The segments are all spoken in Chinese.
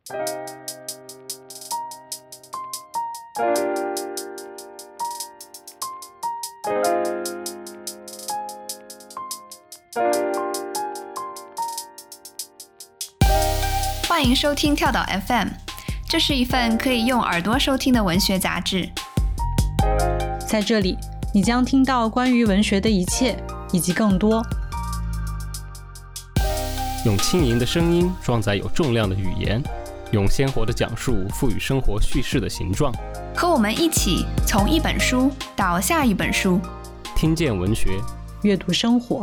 欢迎收听跳岛 FM， 这是一份可以用耳朵收听的文学杂志。 在这里，你将听到关于文学的一切，以及更多。 用轻盈的声音装载有重量的语言，用鲜活的讲述赋予生活叙事的形状。 和我们一起从一本书到下一本书， 听见文学， 阅读生活。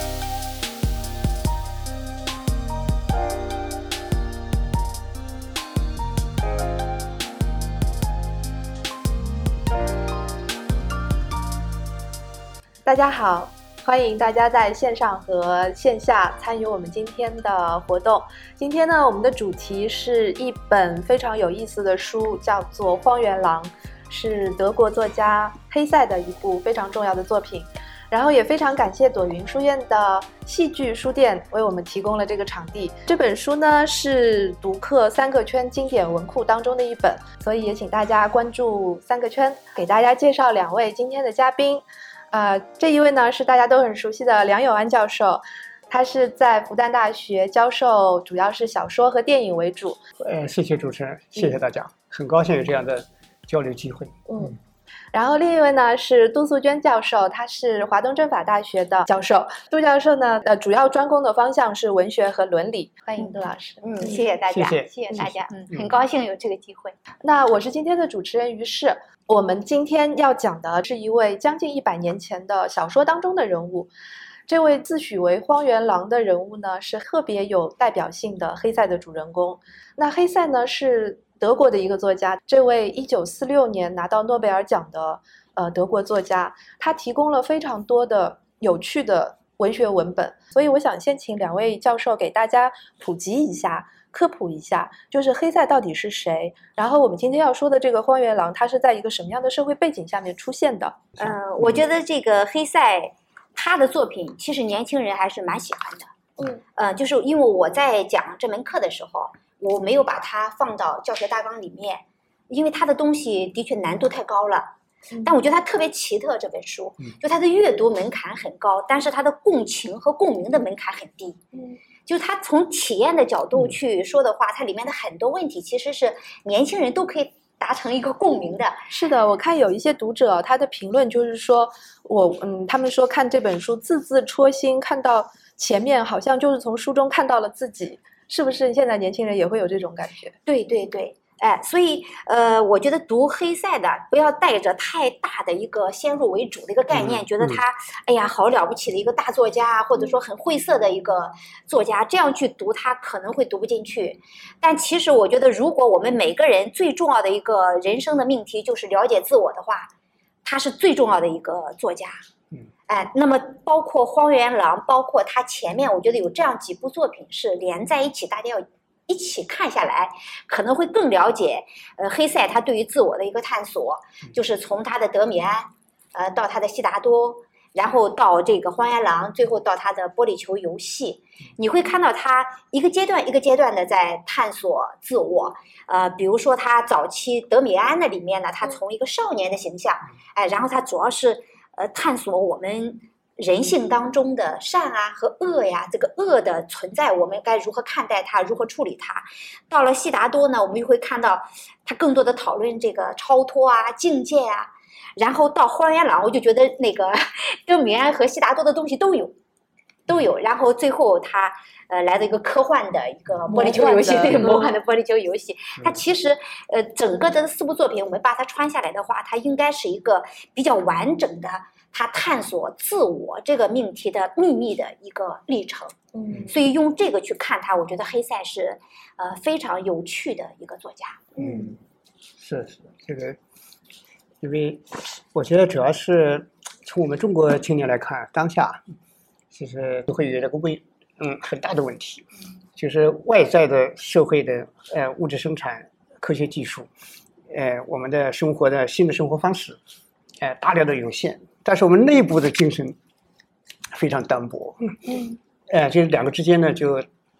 大家好，欢迎大家在线上和线下参与我们今天的活动。今天呢，我们的主题是一本非常有意思的书，叫做《荒原狼》，是德国作家黑塞的一部非常重要的作品。然后也非常感谢朵云书院的戏剧书店为我们提供了这个场地。这本书呢是读客三个圈经典文库当中的一本，所以也请大家关注三个圈。给大家介绍两位今天的嘉宾。这一位呢是大家都很熟悉的梁友安教授，他是在复旦大学教授，主要是小说和电影为主。 谢谢主持人，谢谢大家，很高兴有这样的交流机会。 然后另一位呢是杜素娟教授，他是华东政法大学的教授。杜教授呢，主要专攻的方向是文学和伦理。欢迎杜老师。 谢谢大家，谢谢大家，很高兴有这个机会。 那我是今天的主持人于适。我们今天要讲的是一位将近100年前的小说当中的人物。这位自诩为荒原狼的人物呢，是特别有代表性的黑塞的主人公。那黑塞呢是德国的一个作家，这位1946年拿到诺贝尔奖的德国作家，他提供了非常多的有趣的文学文本。所以我想先请两位教授给大家普及一下，科普一下，就是黑塞到底是谁，然后我们今天要说的这个荒原狼，它是在一个什么样的社会背景下面出现的。 我觉得这个黑塞他的作品其实年轻人还是蛮喜欢的。就是因为我在讲这门课的时候，我没有把它放到教学大纲里面，因为他的东西的确难度太高了。但我觉得它特别奇特，这本书就它的阅读门槛很高，但是它的共情和共鸣的门槛很低。就是它从体验的角度去说的话，它里面的很多问题其实是年轻人都可以达成一个共鸣的。 是的，我看有一些读者他的评论就是说，他们说看这本书字字戳心，看到前面好像就是从书中看到了自己，是不是现在年轻人也会有这种感觉？ 对对对。所以我觉得读黑塞的不要带着太大的一个先入为主的一个概念，觉得他哎呀好了不起的一个大作家，或者说很晦涩的一个作家，这样去读他可能会读不进去。但其实我觉得，如果我们每个人最重要的一个人生的命题就是了解自我的话，他是最重要的一个作家。那么包括荒原狼，包括他前面我觉得有这样几部作品是连在一起，大家要一起看下来，可能会更了解黑塞他对于自我的一个探索，就是从他的德米安到他的悉达多，然后到这个荒原狼，最后到他的玻璃球游戏，你会看到他一个阶段一个阶段的在探索自我。比如说他早期德米安的里面呢，他从一个少年的形象，然后他主要是探索我们人性当中的善啊和恶呀，这个恶的存在我们该如何看待它，如何处理它。到了悉达多呢，我们又会看到他更多的讨论这个超脱啊境界啊。然后到荒原狼，我就觉得那个德米安和悉达多的东西都有。然后最后他来的一个科幻的一个玻璃球游戏，对，魔幻的玻璃球游戏。它其实整个的4部作品我们把它穿下来的话，它应该是一个比较完整的他探索自我这个命题的秘密的一个历程。所以用这个去看他，我觉得黑塞是非常有趣的一个作家。 是这个，因为我觉得主要是从我们中国青年来看，当下其实会有这个很大的问题，就是外在的社会的物质生产、科学技术，我们的生活的新的生活方式，大量的涌现，但是我们内部的精神非常单薄。就是两个之间呢，就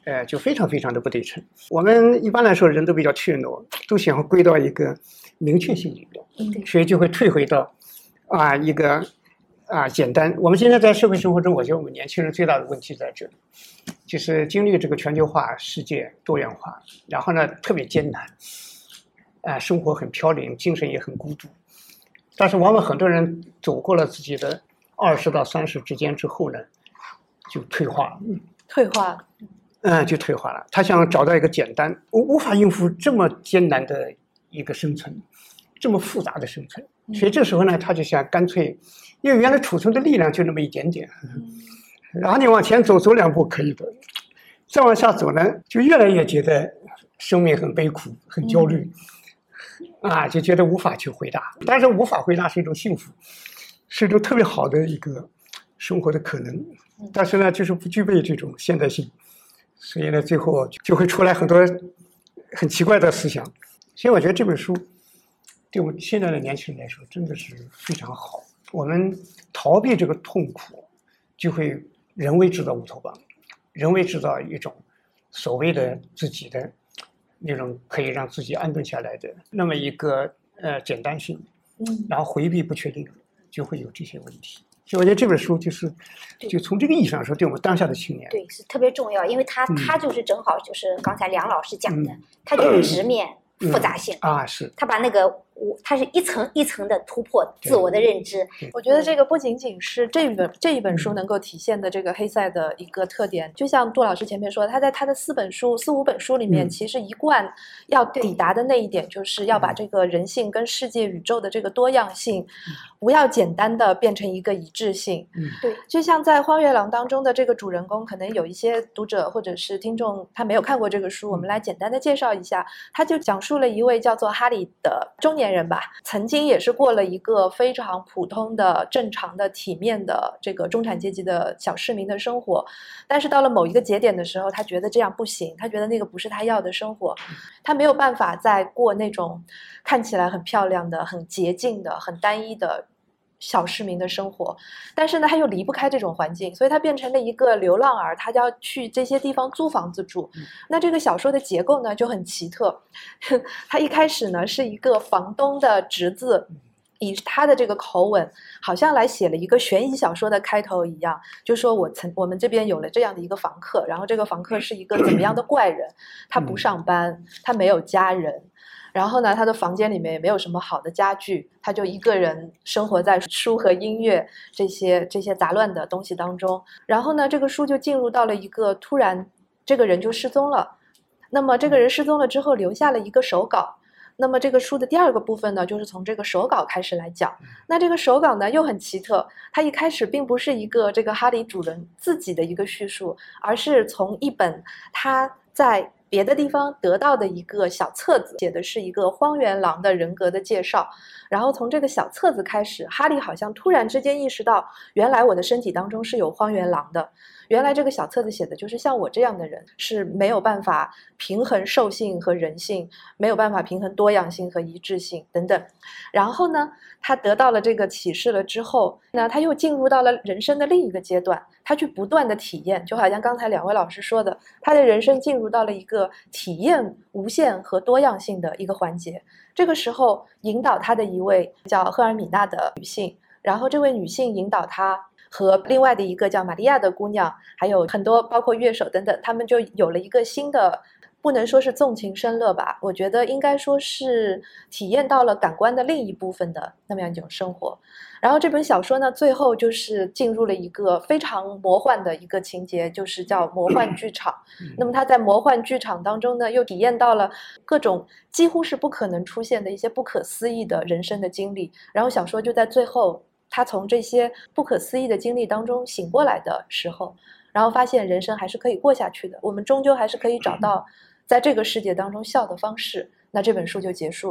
就非常非常的不对称。我们一般来说人都比较怯懦，都喜欢归到一个明确性里面，所以就会退回到一个简单。我们现在在社会生活中，我觉得我们年轻人最大的问题在这里，就是经历这个全球化世界多元化，然后呢特别艰难，生活很飘零，精神也很孤独。但是往往很多人走过了自己的20到30之间之后呢，就退化了，就退化了。他想找到一个简单，无法应付这么艰难的一个生存，这么复杂的生存。所以这时候呢，他就想干脆，因为原来储存的力量就那么一点点，然后你往前走2步可以的，再往下走呢，就越来越觉得生命很悲苦，很焦虑。就觉得无法去回答，但是无法回答是一种幸福，是一种特别好的一个生活的可能，但是呢，就是不具备这种现代性，所以呢，最后就会出来很多很奇怪的思想。所以我觉得这本书对我们现在的年轻人来说真的是非常好。我们逃避这个痛苦，就会人为制造乌托邦，人为制造一种所谓的自己的那种可以让自己安顿下来的那么一个简单性，然后回避不确定，就会有这些问题。所以我觉得这本书就从这个意义上说，对我们当下的青年， 对，是特别重要，因为他就是正好就是刚才梁老师讲的，他就是直面复杂性是他把那个它是一层一层的突破自我的认知。 我觉得这个不仅仅是这一本书能够体现的这个黑塞的一个特点，就像杜老师前面说的，他在他的4、5本书里面，其实一贯要抵达的那一点，就是要把这个人性跟世界宇宙的这个多样性，不要简单的变成一个一致性。 对， 就像在《荒原狼》当中的这个主人公，可能有一些读者或者是听众他没有看过这个书，我们来简单的介绍一下。他就讲述了一位叫做哈里的中年人吧，曾经也是过了一个非常普通的、正常的、体面的这个中产阶级的小市民的生活，但是到了某一个节点的时候，他觉得这样不行，他觉得那个不是他要的生活，他没有办法再过那种看起来很漂亮的、很洁净的、很单一的小市民的生活，但是呢，他又离不开这种环境，所以他变成了一个流浪儿，他就要去这些地方租房子住。那这个小说的结构呢就很奇特，他一开始呢是一个房东的侄子，以他的这个口吻，好像来写了一个悬疑小说的开头一样，就说我们这边有了这样的一个房客，然后这个房客是一个怎么样的怪人，他不上班，他没有家人。然后呢，他的房间里面也没有什么好的家具，他就一个人生活在书和音乐这些杂乱的东西当中。然后呢，这个书就进入到了一个突然这个人就失踪了。那么这个人失踪了之后留下了一个手稿。那么这个书的第2个部分呢，就是从这个手稿开始来讲。那这个手稿呢又很奇特，它一开始并不是一个这个哈里主人自己的一个叙述，而是从一本他在别的地方得到的一个小册子，写的是一个荒原狼的人格的介绍。然后从这个小册子开始，哈利好像突然之间意识到，原来我的身体当中是有荒原狼的，原来这个小册子写的就是像我这样的人是没有办法平衡兽性和人性，没有办法平衡多样性和一致性等等。然后呢，他得到了这个启示了之后，那他又进入到了人生的另一个阶段，他去不断的体验，就好像刚才2位老师说的，他的人生进入到了一个体验无限和多样性的一个环节。这个时候引导他的一位叫赫尔米娜的女性，然后这位女性引导他和另外的一个叫玛利亚的姑娘，还有很多包括乐手等等，他们就有了一个新的，不能说是纵情声乐吧，我觉得应该说是体验到了感官的另一部分的那么样一种生活。然后这本小说呢，最后就是进入了一个非常魔幻的一个情节，就是叫魔幻剧场。那么他在魔幻剧场当中呢，又体验到了各种几乎是不可能出现的一些不可思议的人生的经历。然后小说就在最后，他从这些不可思议的经历当中醒过来的时候，然后发现人生还是可以过下去的，我们终究还是可以找到在这个世界当中笑的方式。那这本书就结束了。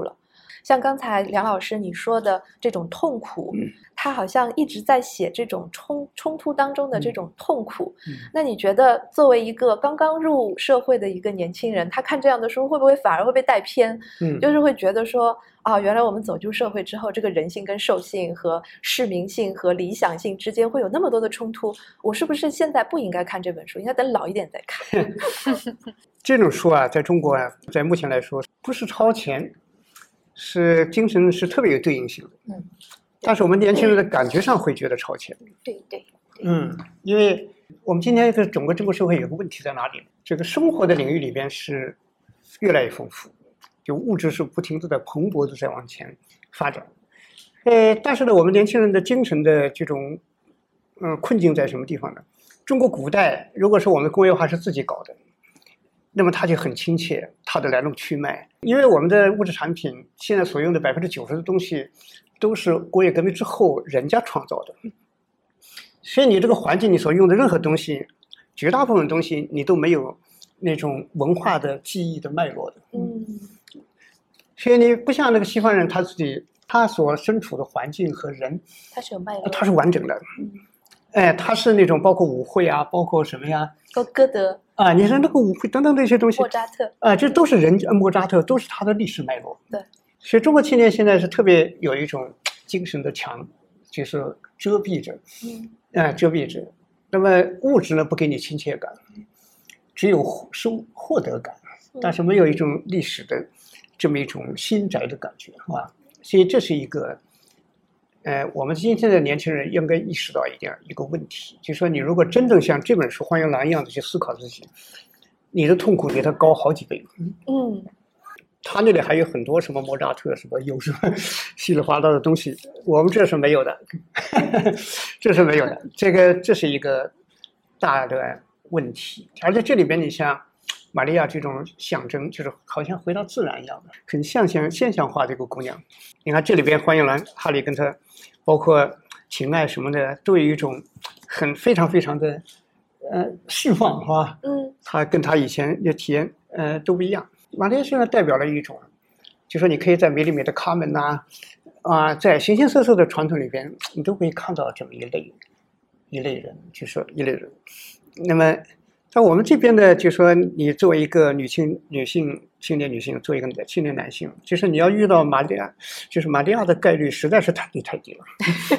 像刚才梁老师你说的这种痛苦，他好像一直在写这种冲突当中的这种痛苦。那你觉得作为一个刚刚入社会的一个年轻人，他看这样的书会不会反而会被带偏？就是会觉得说啊，原来我们走进社会之后，这个人性跟兽性和市民性和理想性之间会有那么多的冲突，我是不是现在不应该看这本书，应该等老一点再看？ 这种书啊，在中国啊，在目前来说不是超前，是精神是特别有对应性的。但是我们年轻人的感觉上会觉得超前。 对。 因为我们今天的整个中国社会有个问题在哪里？这个生活的领域里边是越来越丰富，就物质是不停地在蓬勃的在往前发展。但是呢，我们年轻人的精神的这种困境在什么地方呢？中国古代如果说我们工业化是自己搞的，那么它就很亲切，它的来龙去脉。因为我们的物质产品现在所用的90%的东西都是工业革命之后人家创造的，所以你这个环境你所用的任何东西，绝大部分东西你都没有那种文化的记忆的脉络的。所以你不像那个西方人，他所身处的环境和人， 它是有脉络， 它是完整的。它是那种包括舞会啊，包括什么呀？ 歌德啊，你说那个舞会等等这些东西， 莫扎特啊，这都是莫扎特都是他的历史脉络。 对， 所以中国青年现在是特别有一种精神的墙，就是遮蔽着，遮蔽着。那么物质呢，不给你亲切感，只有获得感，但是没有一种历史的这么一种心宅的感觉，啊。所以这是一个。我们今天的年轻人应该意识到一个问题，就是说，你如果真正像这本书《荒原狼》一样的去思考自己，你的痛苦比他高好几倍。他那里还有很多什么莫扎特，什么有什么稀里哗啦的东西，我们这是没有的，这是没有的。这是一个大的问题，而且这里边你像玛利亚这种象征，就是好像回到自然一样的，很现象化的一个姑娘。你看这里边荒原狼哈利跟他，包括情爱什么的，都有一种非常非常的释放，是吧？他跟他以前的体验都不一样。玛利亚现在代表了一种，就说你可以在梅里美的卡门呐，在形形色色的传统里边，你都可以看到这么一类人，就说一类人。那么在我们这边的，就说你作为一个青年女性，作为一个青年男性，就是你要遇到玛利亚的概率实在是太低了，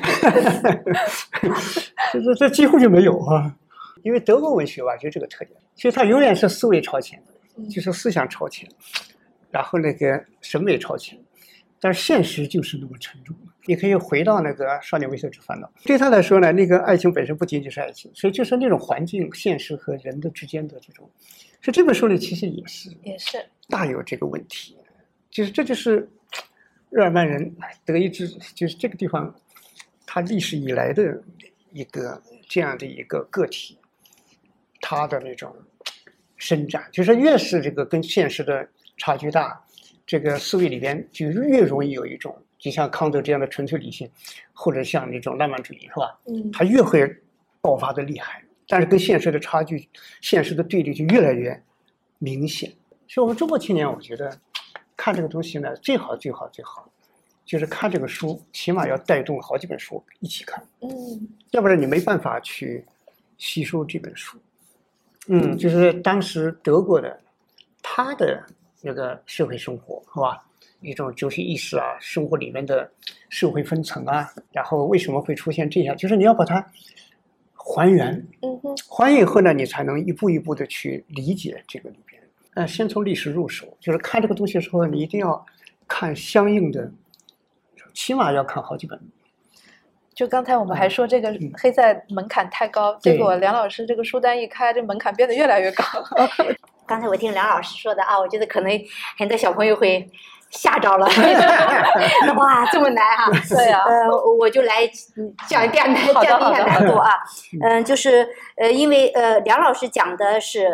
这几乎就没有啊。因为德国文学吧，就这个特点，其实它永远是思维超前的，就是思想超前，然后那个审美超前，但是现实就是那么沉重。你可以回到那个《少年维特之烦恼》，对他来说呢，那个爱情本身不仅仅是爱情，所以就是那种环境、现实和人的之间的这种，所以这本书里其实也是大有这个问题，就是这就是日耳曼人德意志，就是这个地方，它历史以来的一个这样的一个个体，它的那种伸展，就是越是这个跟现实的差距大，这个思维里边就越容易有一种。就像康德这样的纯粹理性，或者像那种浪漫主义，是吧？它越会爆发的厉害，但是跟现实的差距、现实的对立就越来越明显。所以，我们中国青年，我觉得看这个东西呢，最好，就是看这个书，起码要带动好几本书一起看。要不然你没办法去吸收这本书。就是当时德国的他的那个社会生活，是吧？一种哲学意识啊，生活里面的社会分层啊，然后为什么会出现这样，就是你要把它还原，还原以后呢，你才能一步一步的去理解这个里边。先从历史入手，就是看这个东西的时候，你一定要看相应的，起码要看好几本。 就刚才我们还说这个黑塞门槛太高，结果梁老师这个书单一开，这门槛变得越来越高。 刚才我听梁老师说的啊，我觉得可能很多小朋友会吓着了，哇，这么难啊！ 对啊， 我就来降低一下难度啊。就是因为梁老师讲的是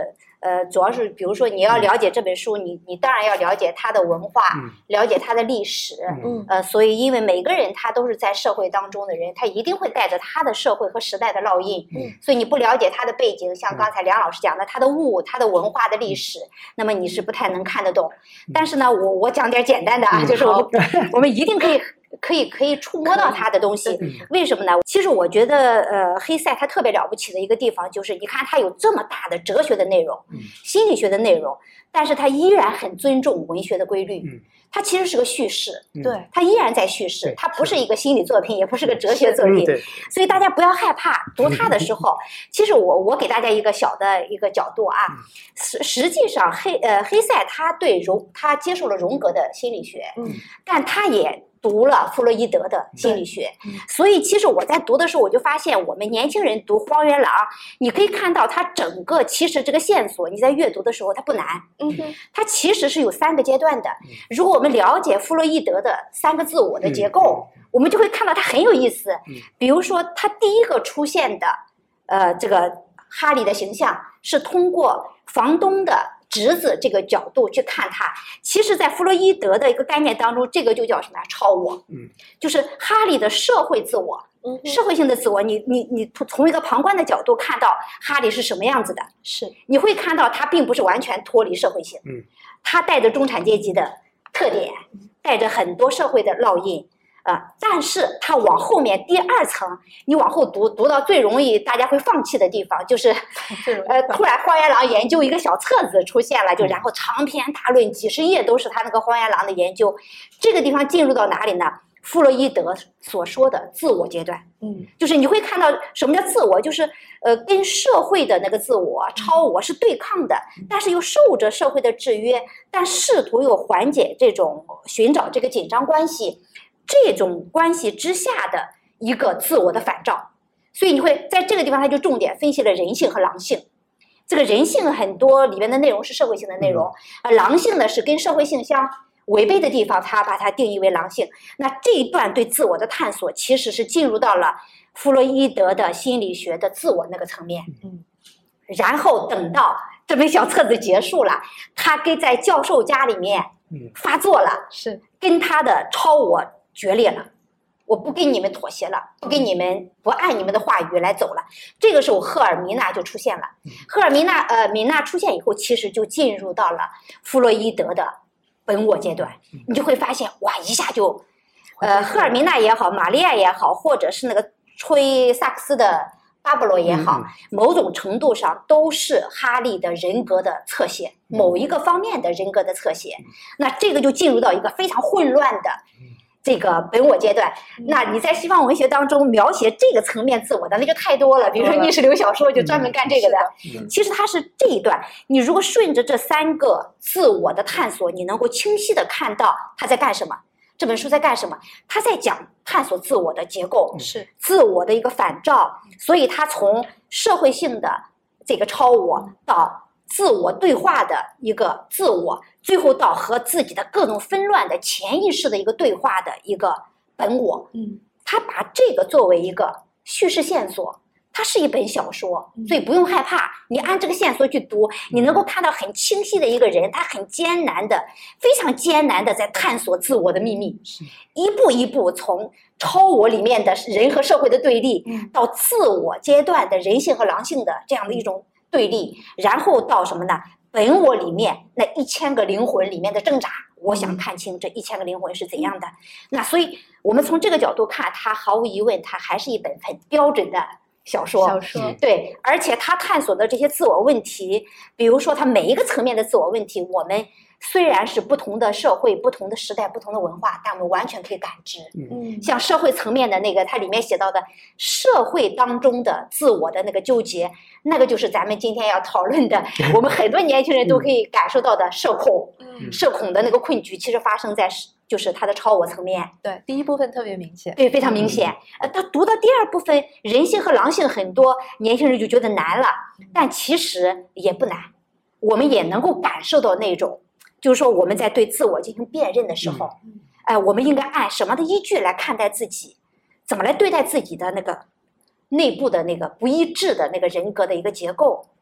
主要是比如说你要了解这本书，你当然要了解它的文化，了解它的历史，所以因为每个人他都是在社会当中的人，他一定会带着他的社会和时代的烙印，所以你不了解他的背景，像刚才梁老师讲的他的他的文化的历史，那么你是不太能看得懂。但是呢，我讲点简单的啊，就是我们一定可以触摸到它的东西。为什么呢？其实我觉得黑塞它特别了不起的一个地方就是你看它有这么大的哲学的内容，心理学的内容，但是它依然很尊重文学的规律。它其实是个叙事， 对， 它依然在叙事，它不是一个心理作品，也不是个哲学作品，所以大家不要害怕读它的时候。其实我给大家一个小的一个角度啊，实际上黑塞他接受了荣格的心理学，但他也读了弗洛伊德的心理学，所以其实我在读的时候，我就发现我们年轻人读荒原狼，你可以看到它整个其实这个线索，你在阅读的时候它不难，它其实是有3个阶段的。如果我们了解弗洛伊德的3个自我的结构，我们就会看到它很有意思。比如说，它第一个出现的这个哈利的形象是通过房东的侄子这个角度去看他，其实在弗洛伊德的一个概念当中，这个就叫什么呀？超我，就是哈利的社会自我，社会性的自我。你从一个旁观的角度看到哈利是什么样子的，是你会看到他并不是完全脱离社会性，他带着中产阶级的特点，带着很多社会的烙印。但是他往后面第2层，你往后读到最容易大家会放弃的地方，就是突然荒原狼研究一个小册子出现了，就然后长篇大论几10页都是他那个荒原狼的研究。这个地方进入到哪里呢？弗洛伊德所说的自我阶段，就是你会看到什么叫自我，就是跟社会的那个自我、超我是对抗的，但是又受着社会的制约，但试图又缓解这种寻找这个紧张关系。这种关系之下的一个自我的反照，所以你会在这个地方，他就重点分析了人性和狼性。这个人性很多里面的内容是社会性的内容，狼性呢是跟社会性相违背的地方，他把它定义为狼性。那这一段对自我的探索，其实是进入到了弗洛伊德的心理学的自我那个层面。然后等到这本小册子结束了，他在教授家里面发作了，是跟他的超我决裂了，我不跟你们妥协了，不按你们的话语来走了。这个时候赫尔米娜就出现了。赫尔米娜出现以后，其实就进入到了弗洛伊德的本我阶段。你就会发现，哇，一下就赫尔米娜也好，玛利亚也好，或者是那个吹萨克斯的巴勃罗也好，某种程度上都是哈利的人格的侧写，某一个方面的人格的侧写。那这个就进入到一个非常混乱的这个本我阶段。那你在西方文学当中描写这个层面自我的那就太多了，比如说逆时流小说就专门干这个的。其实它是这一段，你如果顺着这3个自我的探索，你能够清晰的看到他在干什么。这本书在干什么？他在讲探索自我的结构，是自我的一个反照。所以他从社会性的这个超我到自我对话的一个自我，最后到和自己的各种纷乱的潜意识的一个对话的一个本我。他把这个作为一个叙事线索。它是一本小说，所以不用害怕。你按这个线索去读，你能够看到很清晰的一个人，他很艰难的、非常艰难的在探索自我的秘密，一步一步从超我里面的人和社会的对立，到自我阶段的人性和狼性的这样的一种对立，然后到什么呢？本我里面那1000个灵魂里面的挣扎，我想看清这1000个灵魂是怎样的。那所以我们从这个角度看，它毫无疑问，它还是一本很标准的小说，对，而且他探索的这些自我问题，比如说他每一个层面的自我问题，我们虽然是不同的社会、不同的时代、不同的文化，但我们完全可以感知。像社会层面的那个，它里面写到的社会当中的自我的那个纠结，那个就是咱们今天要讨论的，我们很多年轻人都可以感受到的社恐。社恐的那个困局，其实发生在就是他的超我层面。 对，第一部分特别明显， 对，非常明显。他读到第2部分，人性和狼性，很多年轻人就觉得难了，但其实也不难，我们也能够感受到那种，就是说我们在对自我进行辨认的时候，我们应该按什么的依据来看待自己，怎么来对待自己的那个内部的那个不一致的那个人格的一个结构。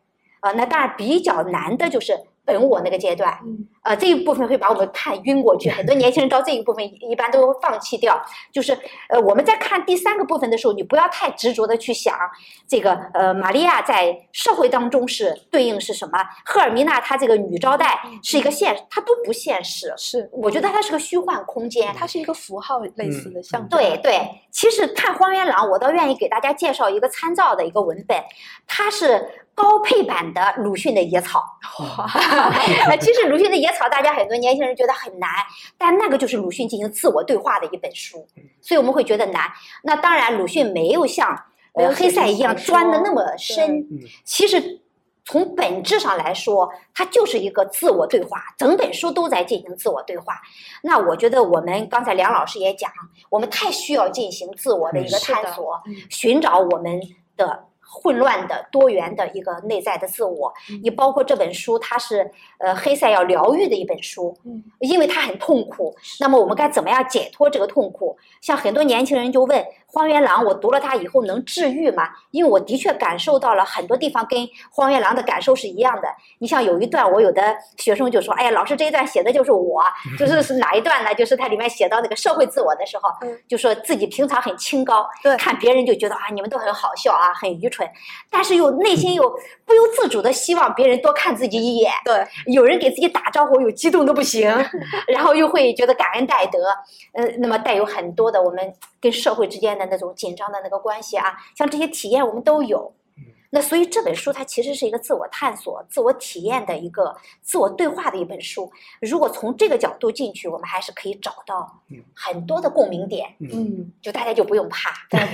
那当然比较难的就是本我那个阶段，这一部分会把我们看晕过去，很多年轻人到这一部分一般都会放弃掉。就是我们在看第3个部分的时候，你不要太执着的去想这个玛利亚在社会当中是对应是什么，赫尔米娜她这个女招待是一个她都不现实， 是我觉得它是个虚幻空间， 它是一个符号类似的象征。 对，其实看荒原狼，我倒愿意给大家介绍一个参照的一个文本，它是高配版的鲁迅的《野草》。其实鲁迅的《野草》，大家很多年轻人觉得很难，但那个就是鲁迅进行自我对话的一本书，所以我们会觉得难。那当然，鲁迅没有像黑塞一样钻的那么深，其实从本质上来说，它就是一个自我对话，整本书都在进行自我对话。那我觉得我们刚才梁老师也讲，我们太需要进行自我的一个探索，寻找我们的混乱的多元的一个内在的自我。你包括这本书，它是黑塞要疗愈的一本书，因为它很痛苦，那么我们该怎么样解脱这个痛苦？像很多年轻人就问荒原狼，我读了它以后能治愈吗？因为我的确感受到了很多地方跟荒原狼的感受是一样的。你像有一段，我有的学生就说，哎呀，老师这一段写的就是我，就是哪一段呢？就是它里面写到那个社会自我的时候，就说自己平常很清高，看别人就觉得啊，你们都很好笑啊，很愚蠢，但是又内心又不由自主的希望别人多看自己一眼。对，有人给自己打招呼，有激动的不行，然后又会觉得感恩戴德。那么带有很多的我们跟社会之间的那种紧张的那个关系啊，像这些体验我们都有。那所以这本书它其实是一个自我探索、自我体验的一个自我对话的一本书。如果从这个角度进去，我们还是可以找到很多的共鸣点。就大家就不用怕。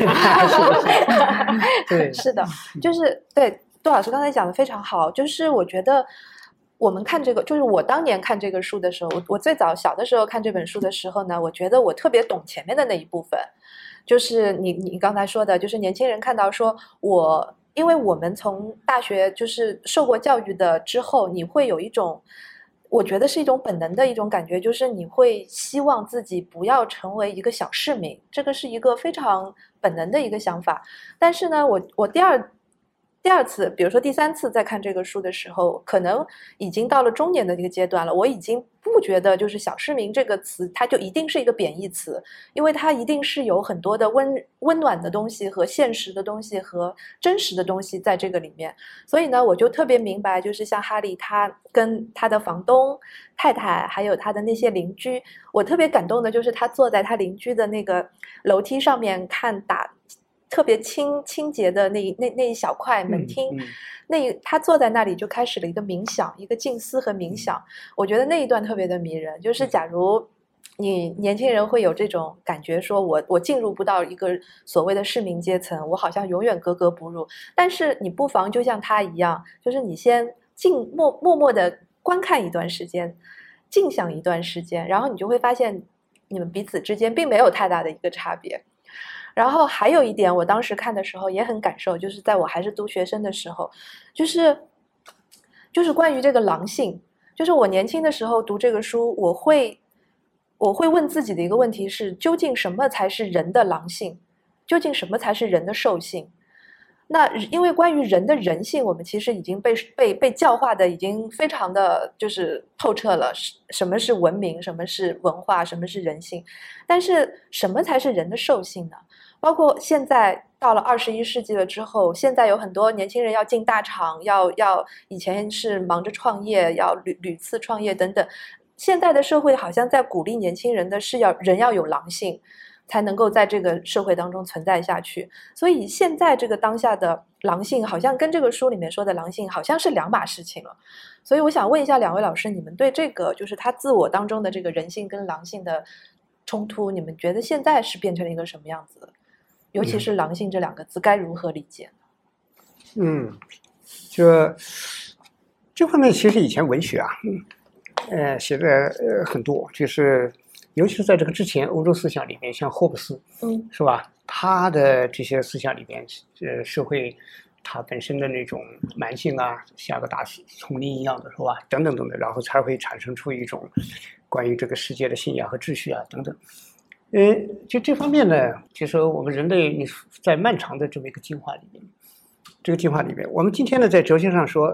对， 是的，就是对杜老师刚才讲的非常好。就是我觉得我们看这个，就是我当年看这个书的时候，我最早小的时候看这本书的时候呢，我觉得我特别懂前面的那一部分，就是你刚才说的，就是年轻人看到说因为我们从大学就是受过教育的之后，你会有一种，我觉得是一种本能的一种感觉，就是你会希望自己不要成为一个小市民，这个是一个非常本能的一个想法。但是呢，我第二次，比如说第3次再看这个书的时候，可能已经到了中年的这个阶段了，我已经不觉得就是小市民这个词它就一定是一个贬义词，因为它一定是有很多的温暖的东西和现实的东西和真实的东西在这个里面。所以呢，我就特别明白，就是像哈利他跟他的房东太太还有他的那些邻居，我特别感动的就是他坐在他邻居的那个楼梯上面看特别清洁的那一小块门厅，他坐在那里就开始了一个冥想，一个静思和冥想。我觉得那一段特别的迷人，就是假如你年轻人会有这种感觉，说我进入不到一个所谓的市民阶层，我好像永远格格不入，但是你不妨就像他一样，就是你先默默的观看一段时间，静想一段时间，然后你就会发现你们彼此之间并没有太大的一个差别。然后还有一点，我当时看的时候也很感受，就是在我还是读学生的时候，就是关于这个狼性，就是我年轻的时候读这个书，我会问自己的一个问题是，究竟什么才是人的狼性？究竟什么才是人的兽性？那因为关于人的人性，我们其实已经被教化的已经非常的就是透彻了，什么是文明，什么是文化，什么是人性，但是什么才是人的兽性呢？包括现在到了21世纪了之后，现在有很多年轻人要进大厂，要以前是忙着创业，要屡次创业等等。现在的社会好像在鼓励年轻人的是人要有狼性，才能够在这个社会当中存在下去。所以现在这个当下的狼性，好像跟这个书里面说的狼性好像是两码事情了。所以我想问一下两位老师，你们对这个就是他自我当中的这个人性跟狼性的冲突，你们觉得现在是变成了一个什么样子的？尤其是狼性这2个字该如何理解呢？ 这方面其实以前文学啊，写的很多，就是尤其是在这个之前欧洲思想里面，像霍布斯，是吧？他的这些思想里面，社会它本身的那种蛮性啊，像个大丛林一样的，是吧？等等等等，然后才会产生出一种关于这个世界的信仰和秩序啊，等等。就这方面呢，其实我们人类在漫长的这么一个进化里面，我们今天呢在哲学上说，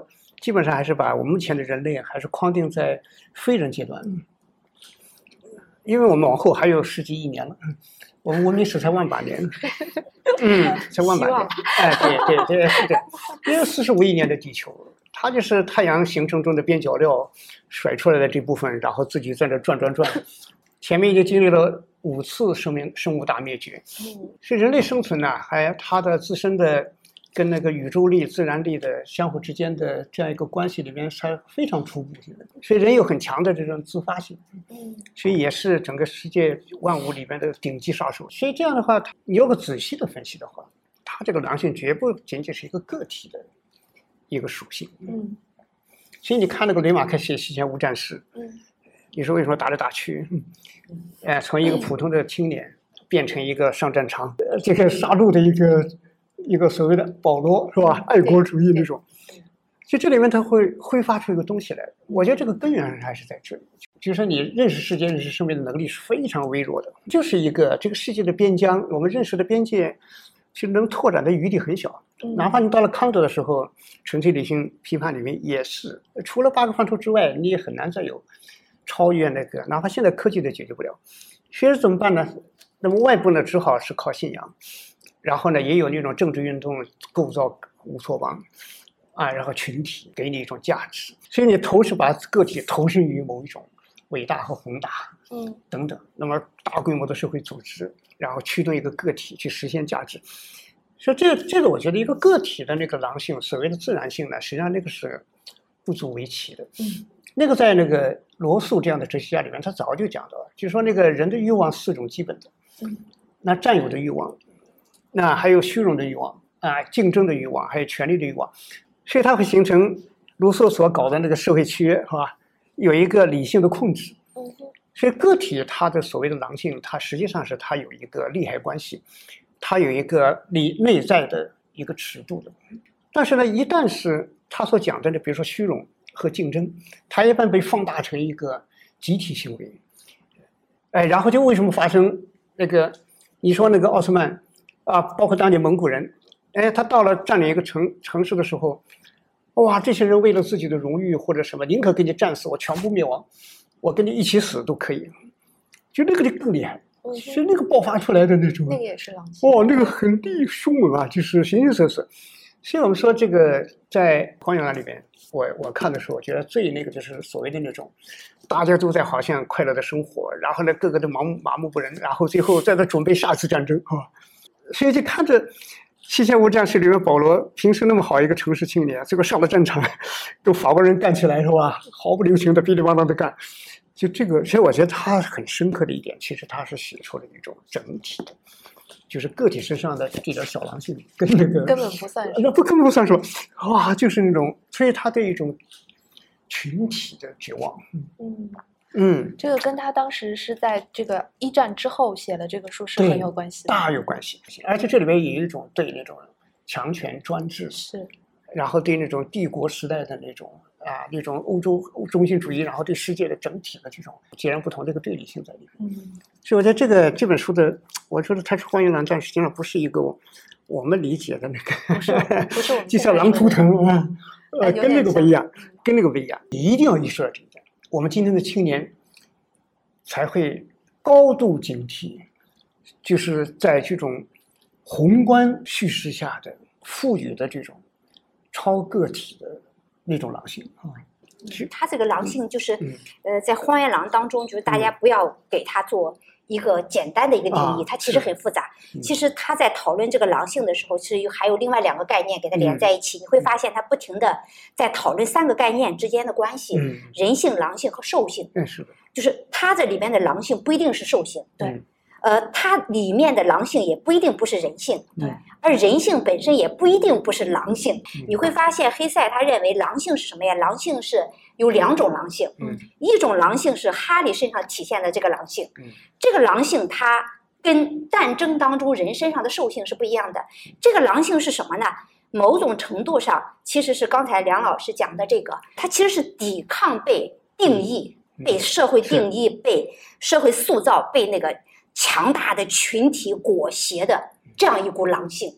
基本上还是把我们目前的人类还是框定在非人阶段，因为我们往后还有10几亿年了，我们文明史才18000年，才18000年，哎，对，是的，因为45亿年的地球，它就是太阳形成中的边角料甩出来的这部分，然后自己在这转，前面已经经历了5次生物大灭绝，所以人类生存呢，还它的自身的跟那个宇宙力、自然力的相互之间的这样一个关系里面是非常初步性的，所以人有很强的这种自发性，所以也是整个世界万物里面的顶级杀手。所以这样的话，你要个仔细的分析的话，它这个狼性绝不仅仅是一个个体的一个属性。所以你看那个雷马克写《西线无战事》，你说为什么打来打去？从一个普通的青年变成一个上战场这个杀戮的一个所谓的保罗是吧？爱国主义那种，就这里面它会挥发出一个东西来。我觉得这个根源还是在这里，就是说你认识世界、认识生命的能力是非常微弱的，就是一个这个世界的边疆，我们认识的边界其实能拓展的余地很小。哪怕你到了康德的时候，纯粹理性批判里面也是，除了8个范畴之外，你也很难再有超越那个，哪怕现在科技都解决不了。学者怎么办呢？那么外部呢，只好是靠信仰，然后呢，也有那种政治运动构造乌托邦啊，然后群体给你一种价值，所以你是把个体投身于某一种伟大和宏大，等等，那么大规模的社会组织，然后驱动一个个体去实现价值。所以这个我觉得一个个体的那个狼性，所谓的自然性呢，实际上那个是不足为奇的。那个在那个罗素这样的哲学家里面，他早就讲到了，就是说那个人的欲望4种基本的，那占有的欲望，那还有虚荣的欲望啊，竞争的欲望，还有权力的欲望，所以它会形成卢梭所搞的那个社会契约，是吧？有一个理性的控制。所以个体它的所谓的狼性，它实际上是它有一个利害关系，它有一个内在的一个尺度的。但是呢，一旦是他所讲的，比如说虚荣和竞争，它一般被放大成一个集体行为。然后就为什么发生那个你说那个奥斯曼啊，包括当年蒙古人，他到了占领一个城市的时候，哇，这些人为了自己的荣誉或者什么，宁可跟你战死，我全部灭亡，我跟你一起死都可以。就那个就更厉害，是那个爆发出来的那种， 那个也是狼性。 那个很凶猛啊，就是形形色色。所以我们说这个在《荒原狼》里边，我看的时候，我觉得最那个就是所谓的那种，大家都在好像快乐的生活，然后呢，个个都麻木不仁，然后最后在这准备下次战争啊。所以就看着《西线无战事》里面保罗平时那么好一个城市青年，结果上了战场，跟法国人干起来是吧？毫不留情的噼里啪啦的干。就这个，所以我觉得他很深刻的一点，其实他是写出了一种整体的。就是个体身上的这点小狼性，跟那个根本不算什么，根本不算什么，哇，就是那种，所以他对一种群体的绝望。 这个跟他当时是在这个1战之后写的这个书是很有关系的， 大有关系。而且这里面也有一种对那种强权专制，是，然后对那种帝国时代的那种欧洲中心主义，然后对世界的整体的这种截然不同的一个对立性在里面。所以我觉得这本书的，我觉得它是《荒原狼战》，实际上不是一个我们理解的那个， 不是我们就像狼图腾跟那个不一样，你一定要意识到这一点。我们今天的青年才会高度警惕，就是在这种宏观叙事下的赋予的这种超个体的那种狼性他这个狼性就是，在《荒原狼》当中，就是大家不要给他做一个简单的一个定义，它其实很复杂。其实他在讨论这个狼性的时候，是还有另外2个概念给它连在一起。你会发现他不停的在讨论3个概念之间的关系：人性、狼性和兽性。 是的， 就是它这里面的狼性不一定是兽性，对。它里面的狼性也不一定不是人性，而人性本身也不一定不是狼性。你会发现黑塞他认为狼性是什么呀？狼性是有2种狼性，一种狼性是哈利身上体现的这个狼性，这个狼性它跟战争当中人身上的兽性是不一样的。这个狼性是什么呢？某种程度上其实是刚才梁老师讲的这个，它其实是抵抗被定义、被社会定义、被社会塑造、被那个强大的群体裹挟的这样一股狼性。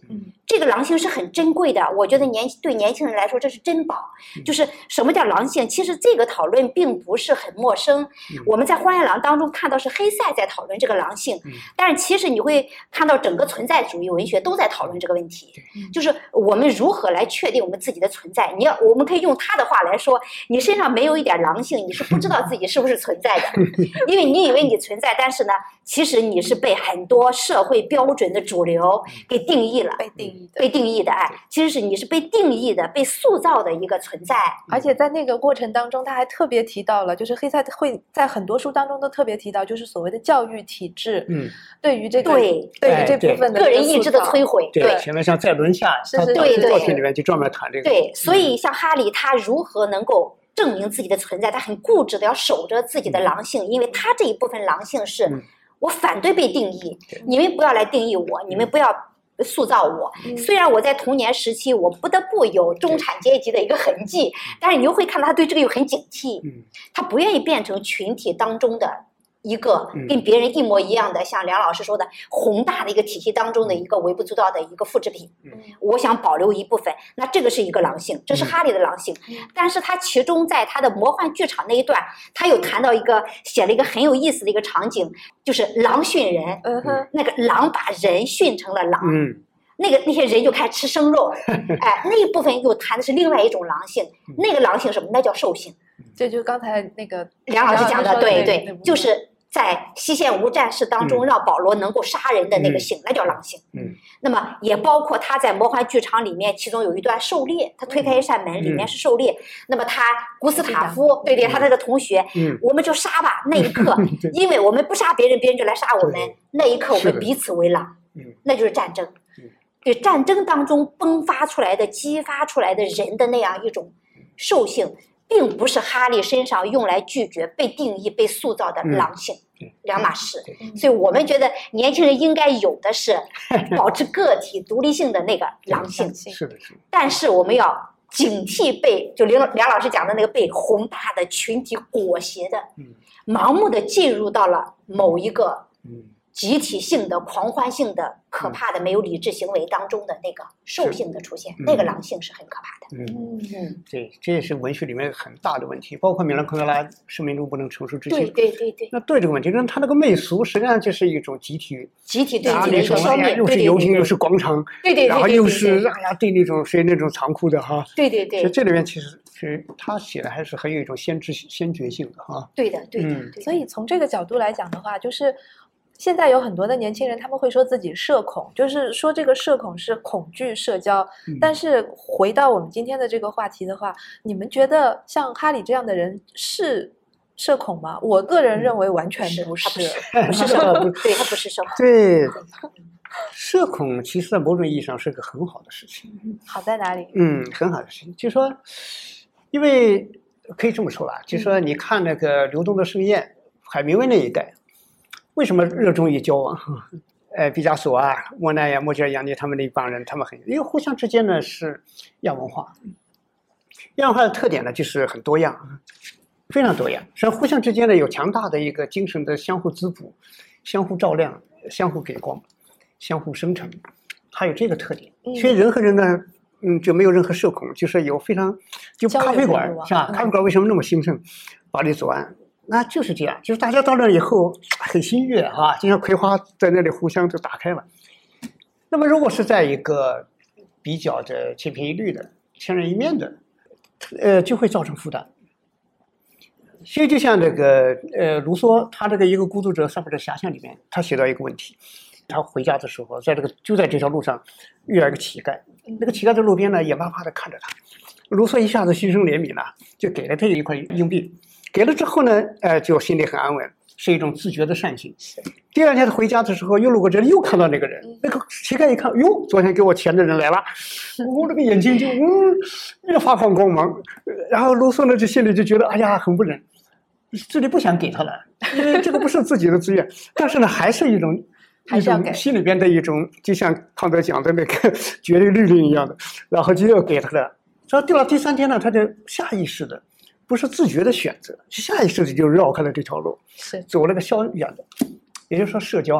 这个狼性是很珍贵的，我觉得对年轻人来说这是珍宝。就是什么叫狼性？其实这个讨论并不是很陌生。我们在《荒原狼》当中看到是黑塞在讨论这个狼性，但是其实你会看到整个存在主义文学都在讨论这个问题，就是我们如何来确定我们自己的存在。我们可以用他的话来说，你身上没有一点狼性，你是不知道自己是不是存在的，因为你以为你存在，但是呢，其实你是被很多社会标准的主流给定义了，被定义的，其实是你是被定义的、被塑造的一个存在。 而且在那个过程当中，他还特别提到了，就是黑塞会在很多书当中都特别提到，就是所谓的教育体制，对于这个对于这部分的个人意志的摧毁。 对，前面像在轮下，他作品里面就专门谈这个。 对，所以像哈利他如何能够证明自己的存在？他很固执的要守着自己的狼性，因为他这一部分狼性是我反对被定义，你们不要来定义我，你们不要塑造我。虽然我在童年时期我不得不有中产阶级的一个痕迹，但是你又会看到他对这个又很警惕，他不愿意变成群体当中的一个跟别人一模一样的，像梁老师说的宏大的一个体系当中的一个微不足道的一个复制品。我想保留一部分，那这个是一个狼性，这是哈利的狼性。但是他其中在他的魔幻剧场那一段，他有谈到写了一个很有意思的一个场景，就是狼训人，那个狼把人训成了狼，那些人就开始吃生肉，那一部分又谈的是另外一种狼性，那个狼性什么？那叫兽性。 这就是刚才那个梁老师讲的，对，就是在西线无战事当中让保罗能够杀人的那个性，那叫狼性。那么也包括他在魔幻剧场里面，其中有一段狩猎，他推开一扇门，里面是狩猎。那么他古斯塔夫，对，他那个同学，我们就杀吧。那一刻，因为我们不杀别人，别人就来杀我们。那一刻，我们彼此为狼，那就是战争。对，战争当中迸发出来的、激发出来的人的那样一种兽性。并不是哈利身上用来拒绝被定义、被塑造的狼性，两码事。所以我们觉得年轻人应该有的是保持个体独立性的那个狼性。 是的， 但是我们要警惕就梁老师讲的那个被宏大的群体裹挟的，盲目的进入到了某一个集体性的、狂欢性的、可怕的没有理智行为当中的那个兽性的出现，那个狼性是很可怕的。 对，这也是文学里面很大的问题，包括米兰昆德拉生命中不能成熟之性。 对。 那对这个问题，他那个媚俗实际上就是一种集体对集体的一个消灭， 又是游行又是广场，然后又是对那种那种残酷的哈。 对。 所以这里面其实他写的还是很有一种先觉性的哈。 对的。 所以从这个角度来讲的话，就是现在有很多的年轻人，他们会说自己社恐，就是说这个社恐是恐惧社交。但是回到我们今天的这个话题的话，你们觉得像哈利这样的人是社恐吗？我个人认为完全不是， 不是社恐，对，他不是社恐。 对，社恐其实在某种意义上是个很好的事情。 好在哪里？ 很好的事情，就是说，因为可以这么说吧，就是说，你看那个《流动的盛宴》，海明威那一代。为什么热衷于交往？毕加索啊、莫奈呀、莫吉尔扬尼他们那一帮人，他们因为互相之间呢是亚文化。亚文化的特点呢就是很多样，非常多样。实际上互相之间呢有强大的一个精神的相互滋补、相互照亮、相互给光、相互生成，它有这个特点。所以人和人呢，就没有任何社恐，就是有非常就咖啡馆是吧？咖啡馆为什么那么兴盛？巴黎左岸。那就是这样，就是大家到那以后很欣悦哈，就像葵花在那里互相就打开了。那么如果是在一个比较的千篇一律的、千人一面的，就会造成负担。所以就像这个卢梭，他这个一个孤独者上面的遐想里面，他写到一个问题：他回家的时候，就在这条路上遇到一个乞丐，那个乞丐在路边呢眼巴巴地看着他，卢梭一下子心生怜悯了，就给了他一块硬币。给了之后呢，就心里很安稳，是一种自觉的善行。第二天他回家的时候，又路过这里，又看到那个人，那个乞丐一看，哟，昨天给我钱的人来了，我这个眼睛就越发放光芒。然后卢梭呢，就心里就觉得，哎呀，很不忍，自己不想给他了，因为这个不是自己的资源，但是呢，还是一种心里边的一种，就像康德讲的那个绝对律令一样的，然后就要给他了。所以到了第三天呢，他就下意识的。不是自觉的选择，下意识的就绕开了这条路，走了个稍远的。也就是说，社交啊，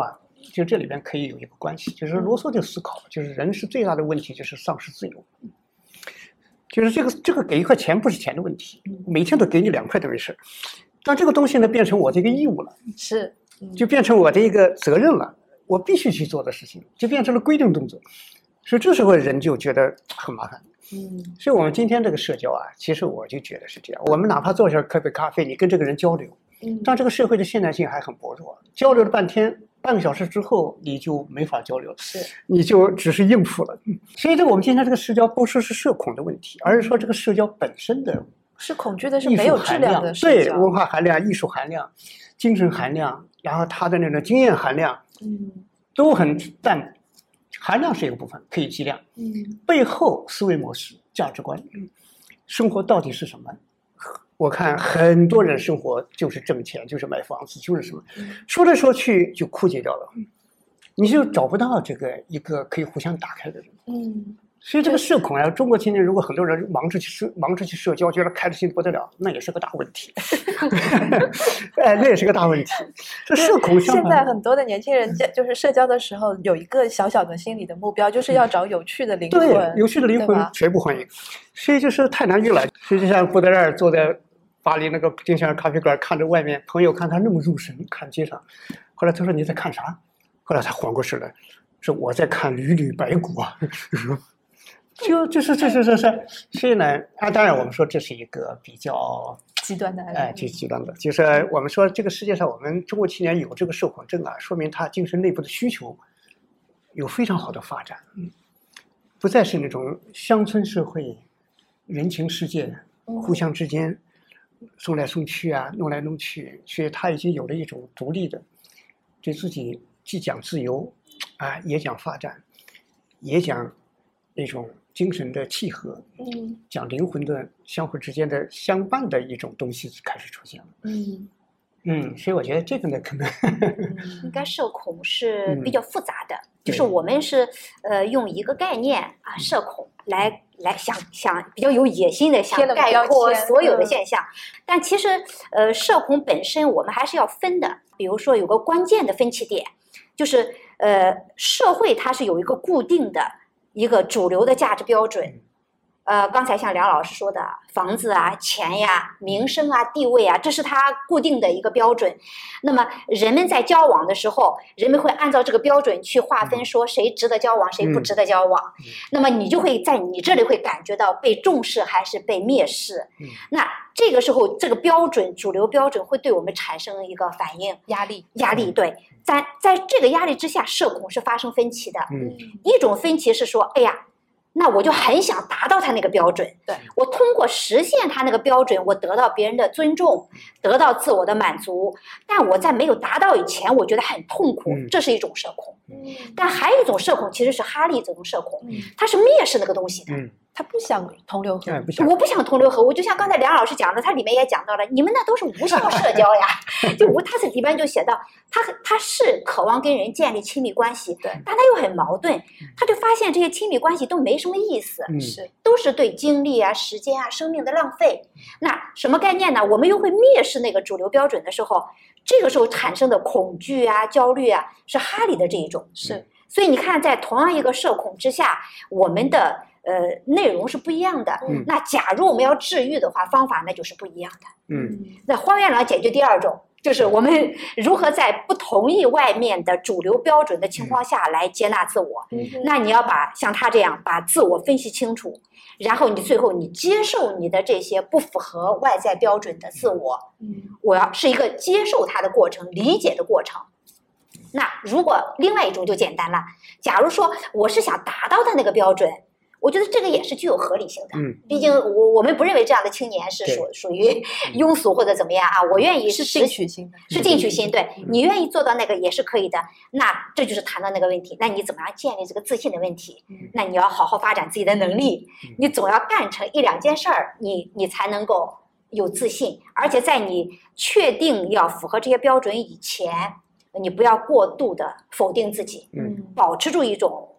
就这里边可以有一个关系，就是罗素就思考，就是人是最大的问题就是丧失自由，就是这个给1块钱不是钱的问题，每天都给你2块都没事，但这个东西呢变成我这个义务了， 是， 就变成我的一个责任了，我必须去做的事情，就变成了规定动作，所以这时候人就觉得很麻烦。所以我们今天这个社交啊，其实我就觉得是这样，我们哪怕坐下喝杯咖啡，你跟这个人交流，但这个社会的现代性还很薄弱，交流了半个小时之后，你就没法交流了，你就只是应付了。所以我们今天这个社交不是社恐的问题，而是说这个社交本身的是恐惧的是没有质量的社交， 对，文化含量、艺术含量、精神含量，然后它的那种经验含量，都很淡。含量是一个部分，可以计量。背后思维模式、价值观，生活到底是什么？我看很多人生活就是挣钱，就是买房子，就是什么，说来说去就枯竭掉了，你就找不到这个一个可以互相打开的人。所以这个社恐啊，中国青年如果很多人忙着去社交，觉得开心不得了，那也是个大问题。那也是个大问题。这社恐现在很多的年轻人就是社交的时候有一个小小的心理的目标，就是要找有趣的灵魂。 对，有趣的灵魂谁不欢迎？所以就是太难遇了。所以就像布德莱尔坐在巴黎那个金香咖啡馆，看着外面朋友看他那么入神，看街上。后来他说你在看啥？后来他缓过神来，说我在看缕缕白骨啊。这是，所以呢，当然我们说这是一个比较极端的案例， 极端的，就是我们说这个世界上，我们中国青年有这个社恐症啊，说明他精神内部的需求有非常好的发展，不再是那种乡村社会、人情世界，互相之间送来送去啊，弄来弄去，所以他已经有了一种独立的，对自己既讲自由啊，也讲发展，也讲那种精神的契合，讲灵魂的相互之间的相伴的一种东西开始出现了。所以我觉得这个呢，可能应该社恐是比较复杂的，就是我们是用一个概念啊，社恐来想比较有野心的想概括所有的现象，但其实社恐本身我们还是要分的，比如说有个关键的分歧点，就是社会它是有一个固定的一个主流的价值标准，刚才像梁老师说的，房子啊、钱呀、名声啊、地位啊，这是它固定的一个标准。那么人们在交往的时候，人们会按照这个标准去划分，说谁值得交往，谁不值得交往。那么你就会在你这里会感觉到被重视还是被蔑视。那这个时候，这个标准、主流标准会对我们产生一个反应，压力。对，在这个压力之下，社恐是发生分歧的。一种分歧是说，哎呀，那我就很想达到他那个标准，对，我通过实现他那个标准，我得到别人的尊重，得到自我的满足。但我在没有达到以前，我觉得很痛苦，这是一种社恐。但还有一种社恐，其实是哈利这种社恐，他是蔑视那个东西的。 他不想同流合污， 我不想同流合污。就像刚才梁老师讲的，他里面也讲到了，你们那都是无效社交呀。他是里边就写到，他是渴望跟人建立亲密关系，但他又很矛盾，他就发现这些亲密关系都没什么意思，都是对精力啊、时间啊、生命的浪费。那什么概念呢？我们又会蔑视那个主流标准的时候，这个时候产生的恐惧啊、焦虑啊，是哈里的这一种。所以你看，在同样一个社恐之下，我们的内容是不一样的。那假如我们要治愈的话，方法那就是不一样的。那荒原狼解决第二种，就是我们如何在不同意外面的主流标准的情况下来接纳自我。那你要像他这样把自我分析清楚，然后你最后你接受你的这些不符合外在标准的自我。我要是一个接受它的过程，理解的过程。那如果另外一种就简单了，假如说我是想达到的那个标准，我觉得这个也是具有合理性的。毕竟我们不认为这样的青年是属于庸俗或者怎么样啊。我愿意是进取心的， 是进取心。对，你愿意做到那个也是可以的。那这就是谈到那个问题，那你怎么样建立这个自信的问题？那你要好好发展自己的能力，你总要干成一两件事儿，你才能够有自信。而且在你确定要符合这些标准以前，你不要过度的否定自己，保持住一种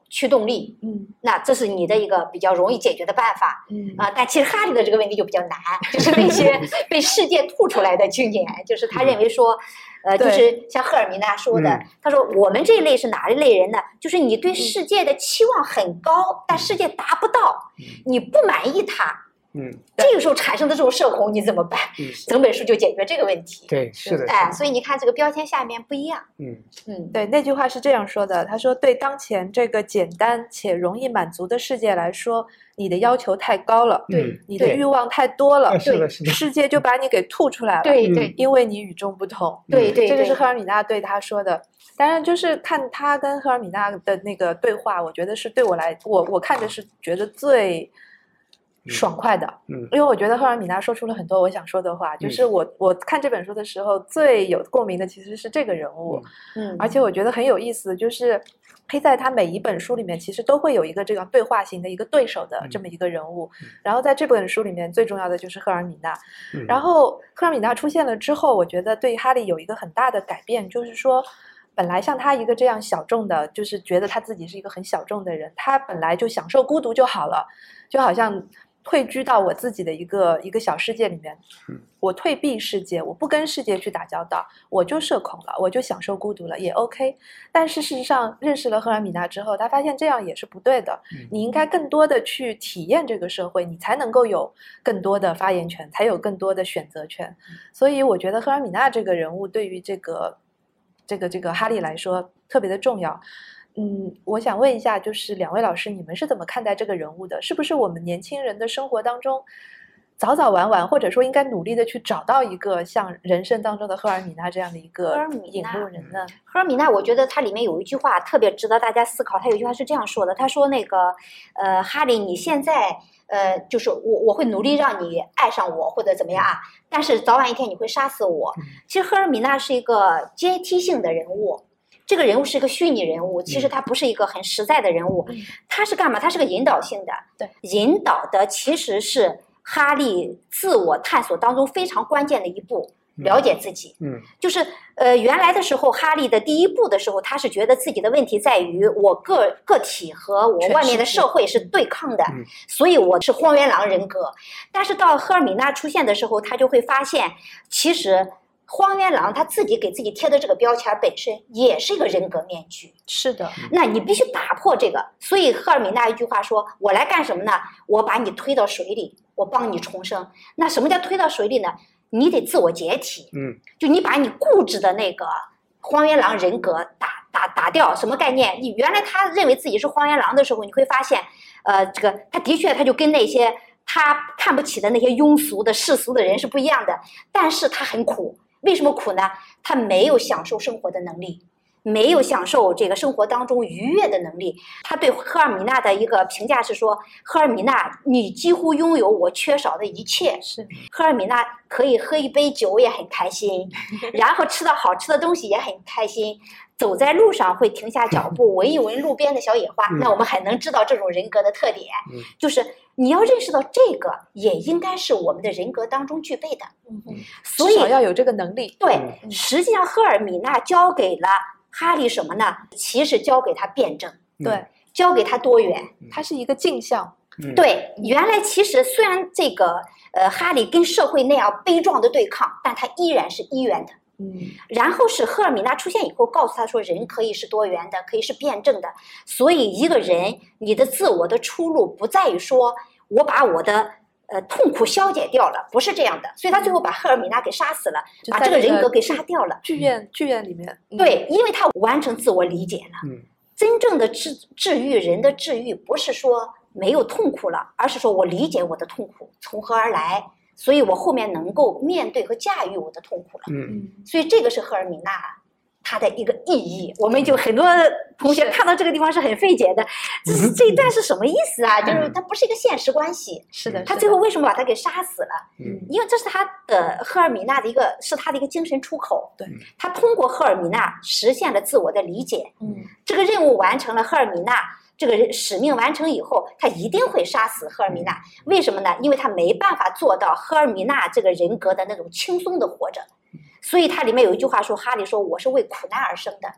驱动力，那这是你的一个比较容易解决的办法，但其实哈利的这个问题就比较难，就是那些被世界吐出来的青年，就是他认为说，就是像赫尔米娜说的，他说我们这一类是哪一类人呢？就是你对世界的期望很高，但世界达不到，你不满意它。这个时候产生的这种社恐你怎么办？整本书就解决这个问题。 对，是的。 所以你看这个标签下面不一样。 对，那句话是这样说的，他说对当前这个简单且容易满足的世界来说，你的要求太高了， 对， 你的欲望太多了， 对， 世界就把你给吐出来了， 对， 因为你与众不同。 对， 这个是赫尔米娜对他说的。当然，就是看他跟赫尔米娜的那个对话，我觉得是对我看着是觉得最爽快的，因为我觉得赫尔米娜说出了很多我想说的话，就是我看这本书的时候最有共鸣的其实是这个人物，而且我觉得很有意思，就是黑塞他每一本书里面其实都会有一个这样对话型的一个对手的这么一个人物，然后在这本书里面最重要的就是赫尔米娜，然后赫尔米娜出现了之后，我觉得对哈利有一个很大的改变，就是说本来像他一个这样小众的，就是觉得他自己是一个很小众的人，他本来就享受孤独就好了，就好像退居到我自己的一个小世界里面，我退避世界，我不跟世界去打交道，我就社恐了，我就享受孤独了，也 OK。但是事实上认识了赫尔米娜之后，他发现这样也是不对的，你应该更多的去体验这个社会，你才能够有更多的发言权，才有更多的选择权。所以我觉得赫尔米娜这个人物对于这个哈利来说特别的重要。我想问一下，就是两位老师，你们是怎么看待这个人物的？是不是我们年轻人的生活当中，早早晚晚，或者说应该努力的去找到一个像人生当中的赫尔米娜这样的一个引路人呢？ 赫尔米娜，我觉得它里面有一句话特别值得大家思考。他有一句话是这样说的，他说那个哈利，你现在就是我会努力让你爱上我或者怎么样啊，但是早晚一天你会杀死我。其实赫尔米娜是一个阶梯性的人物。这个人物是一个虚拟人物，其实他不是一个很实在的人物，他是干嘛？他是个引导性的， 对， 引导的其实是哈利自我探索当中非常关键的一步，了解自己。就是原来的时候，哈利的第一步的时候，他是觉得自己的问题在于我个体和我外面的社会是对抗的，所以我是荒原狼人格。但是到赫尔米娜出现的时候，他就会发现，其实荒原狼他自己给自己贴的这个标签本身也是一个人格面具。 是的， 那你必须打破这个。所以赫尔米娜一句话说，我来干什么呢？我把你推到水里，我帮你重生。那什么叫推到水里呢？你得自我解体，就你把你固执的那个荒原狼人格打掉。什么概念？你原来他认为自己是荒原狼的时候，你会发现这个他的确他就跟那些他看不起的那些庸俗的世俗的人是不一样的，但是他很苦。为什么苦呢？他没有享受生活的能力，没有享受这个生活当中愉悦的能力。他对赫尔米娜的一个评价是说，赫尔米娜，你几乎拥有我缺少的一切。 是， 赫尔米娜可以喝一杯酒也很开心，然后吃到好吃的东西也很开心，走在路上会停下脚步闻一闻路边的小野花。那我们很能知道这种人格的特点，就是你要认识到这个也应该是我们的人格当中具备的。所以至少要有这个能力。 对，实际上赫尔米娜教给了哈利什么呢？其实教给他辩证， 对， 教给他多元， 它是一个镜像。 对，原来其实虽然这个哈利跟社会那样悲壮的对抗，但他依然是一元的。然后是赫尔米娜出现以后，告诉他说，人可以是多元的，可以是辩证的。所以一个人，你的自我的出路不在于说我把我的痛苦消解掉了，不是这样的。所以他最后把赫尔米娜给杀死了，把这个人格给杀掉了。 剧院里面， 对，因为他完成自我理解了。真正的治愈人的治愈，不是说没有痛苦了，而是说我理解我的痛苦从何而来，所以我后面能够面对和驾驭我的痛苦了。所以这个是赫尔米娜它的一个意义。我们就很多同学看到这个地方是很费解的，这一段是什么意思啊？就是它不是一个现实关系。 是的， 他最后为什么把他给杀死了？因为这是他的赫尔米娜的一个，是他的一个精神出口。 对， 他通过赫尔米娜实现了自我的理解。这个任务完成了，赫尔米娜这个使命完成以后，他一定会杀死赫尔米娜。为什么呢？因为他没办法做到赫尔米娜这个人格的那种轻松的活着。所以它里面有一句话说，哈利说，我是为苦难而生的，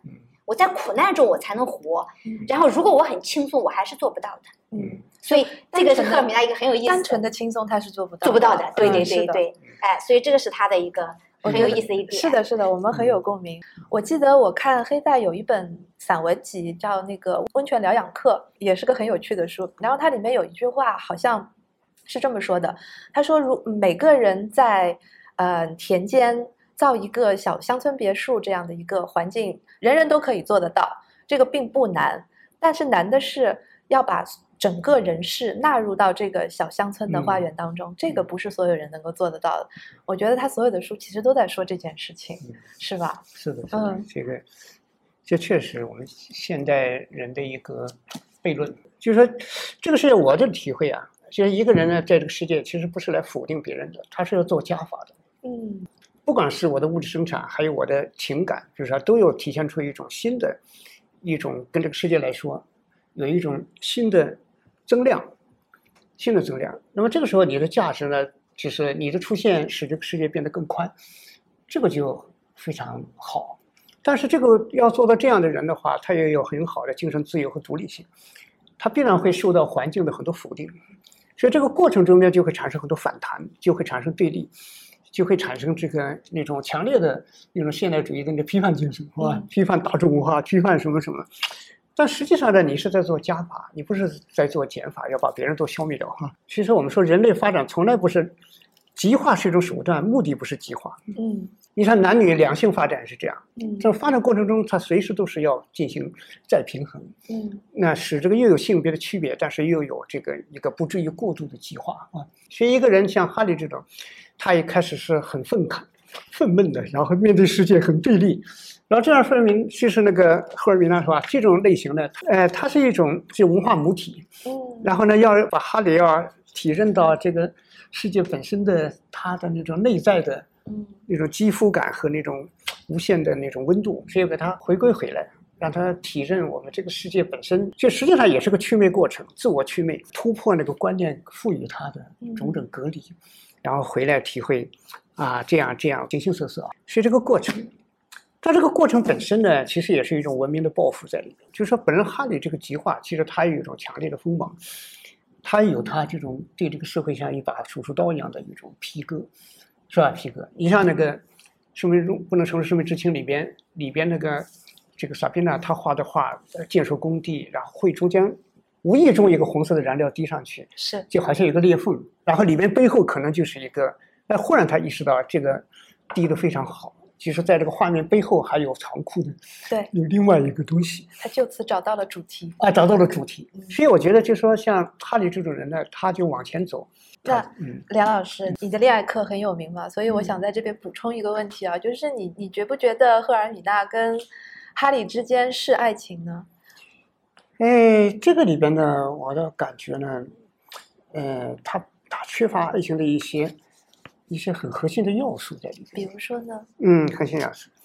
我在苦难中我才能活。然后如果我很轻松，我还是做不到的。所以这个是赫尔米娜一个很有意思的， 单纯的轻松他是做不到的。对，所以这个是他的一个很有意思的一点。 是的，我们很有共鸣。我记得我看黑塞有一本散文集叫那个《温泉疗养课》，也是个很有趣的书。然后它里面有一句话好像是这么说的，他说每个人在田间造一个小乡村别墅这样的一个环境，人人都可以做得到，这个并不难，但是难的是要把整个人世纳入到这个小乡村的花园当中，这个不是所有人能够做得到的。我觉得他所有的书其实都在说这件事情，是吧？ 是的，这确实我们现代人的一个悖论，就是说这个是我的体会啊，就是一个人呢在这个世界其实不是来否定别人的，他是要做加法的。不管是我的物质生产，还有我的情感，就是说都有体现出一种新的一种跟这个世界来说有一种新的增量。那么这个时候你的价值呢，就是你的出现使这个世界变得更宽，这个就非常好。但是这个要做到这样的人的话，他也有很好的精神自由和独立性，他必然会受到环境的很多否定，所以这个过程中间就会产生很多反弹，就会产生对立，就会产生那种强烈的那种现代主义的那个批判精神，是吧？批判大众文化，批判什么什么。但实际上呢，你是在做加法，你不是在做减法，要把别人都消灭掉哈。其实我们说人类发展从来不是极化是一种手段，目的不是极化。你看男女两性发展是这样，这发展过程中它随时都是要进行再平衡。那使这个又有性别的区别，但是又有这个一个不至于过度的极化啊。所以一个人像哈利这种，他一开始是很愤懑的，然后面对世界很对立。然后这样说明，其实那个赫尔米娜是吧？这种类型的，它是一种文化母体。然后呢，要把哈里要体认到这个世界本身的它的那种内在的那种肌肤感和那种无限的那种温度，所以给它回归回来，让他体认我们这个世界本身，就实际上也是个祛魅过程，自我祛魅，突破那个观念赋予它的种种隔离，然后回来体会啊，这样形形色色啊，是这个过程。但这个过程本身呢，其实也是一种文明的抱负在里面。就是说，本人哈里这个极化，其实他有一种强烈的锋芒，他有他这种对这个社会像一把手术刀一样的一种皮革，是吧？皮革，你像那个《生命中不能承受生命之轻》里边那个这个萨宾娜他画的画，建设工地，然后会中间无意中一个红色的燃料滴上去， 是就好像有个裂缝，然后里面背后可能就是一个，忽然他意识到这个滴得非常好。其实在这个画面背后还有残酷的， 对， 有另外一个东西。 他就此找到了主题找到了主题。所以我觉得，就说像哈里这种人呢，他就往前走。 那梁老师，你的恋爱课很有名嘛，所以我想在这边补充一个问题啊，就是你觉不觉得赫尔米娜跟哈里之间是爱情呢？ 这个里边呢，我的感觉呢，他缺乏爱情的一些很核心的要素在里面。 比如说呢？ 核心要素。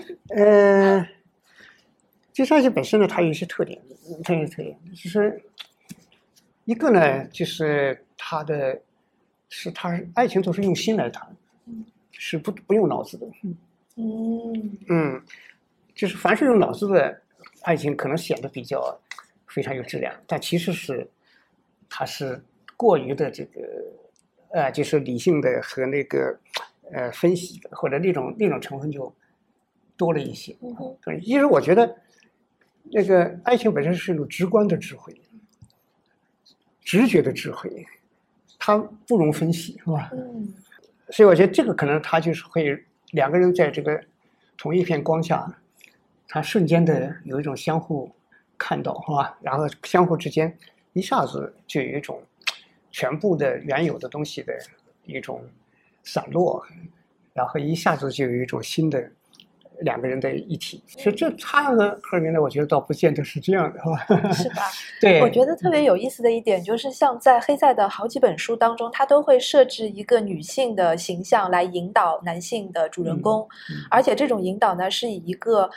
这爱情本身呢，它有一些特点，就是一个呢，就是他爱情都是用心来谈，是不用脑子的。就是凡是用脑子的爱情，可能显得比较非常有质量，但其实它是过于的这个。就是理性的和那个分析的，或者那种成分就多了一些。对，其实我觉得那个爱情本身是一种直观的智慧，直觉的智慧，它不容分析，是吧？所以我觉得这个可能它就是会两个人在这个同一片光下，它瞬间的有一种相互看到，是吧？然后相互之间一下子就有一种。全部的原有的东西的一种散落，然后一下子就有一种新的两个人的一体。所以这他和赫尔米娜，我觉得倒不见得是这样的， 是吧？ 对， 我觉得特别有意思的一点就是，像在黑塞的好几本书当中，他都会设置一个女性的形象来引导男性的主人公，而且这种引导呢是以一个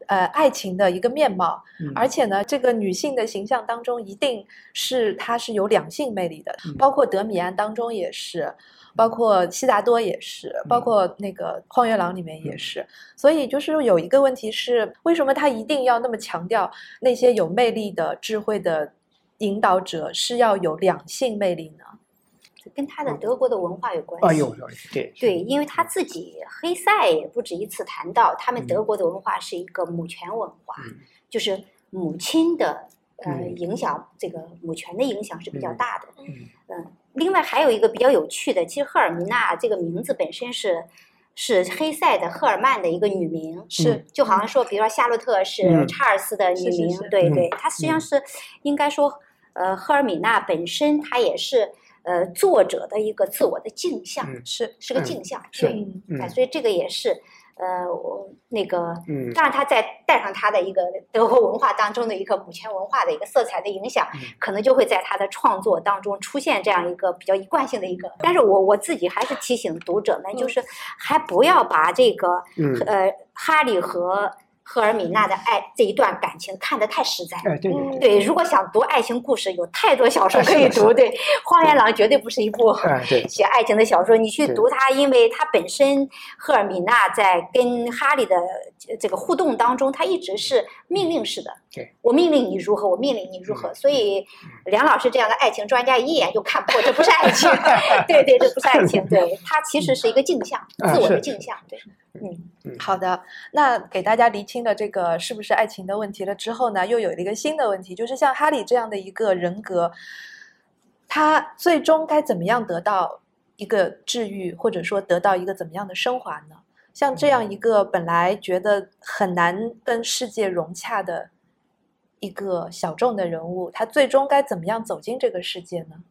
爱情的一个面貌，而且呢，这个女性的形象当中一定是她是有两性魅力的，包括德米安当中也是，包括悉达多也是，包括那个荒原狼里面也是。所以就是有一个问题是，为什么他一定要那么强调那些有魅力的智慧的引导者是要有两性魅力呢？ 跟他的德国的文化有关系。对，因为他自己黑塞也不止一次谈到，他们德国的文化是一个母权文化，就是母亲的影响，这个母权的影响是比较大的。另外还有一个比较有趣的，其实赫尔米娜这个名字本身是黑塞的赫尔曼的一个女名， 是就好像说，比如说夏洛特是查尔斯的女名，对对，它实际上是应该说，赫尔米娜本身它也是。作者的一个自我的镜像，是个镜像，对，所以这个也是，那个，当然他再带上他的一个德国文化当中的一个母权文化的一个色彩的影响，可能就会在他的创作当中出现这样一个比较一贯性的一个。但是我自己还是提醒读者们，就是还不要把这个哈利和赫尔米娜的爱这一段感情看得太实在，对，如果想读爱情故事，有太多小说可以读，对，《荒原狼》绝对不是一部写爱情的小说，你去读它，因为它本身赫尔米娜在跟哈利的这个互动当中，它一直是命令式的，我命令你如何，我命令你如何，所以梁老师这样的爱情专家一眼就看破，这不是爱情，对，这不是爱情，对，它其实是一个镜像，自我的镜像，对。 好的，那给大家厘清了这个是不是爱情的问题了之后呢，又有了一个新的问题，就是像哈利这样的一个人格，他最终该怎么样得到一个治愈，或者说得到一个怎么样的升华呢？像这样一个本来觉得很难跟世界融洽的一个小众的人物，他最终该怎么样走进这个世界呢？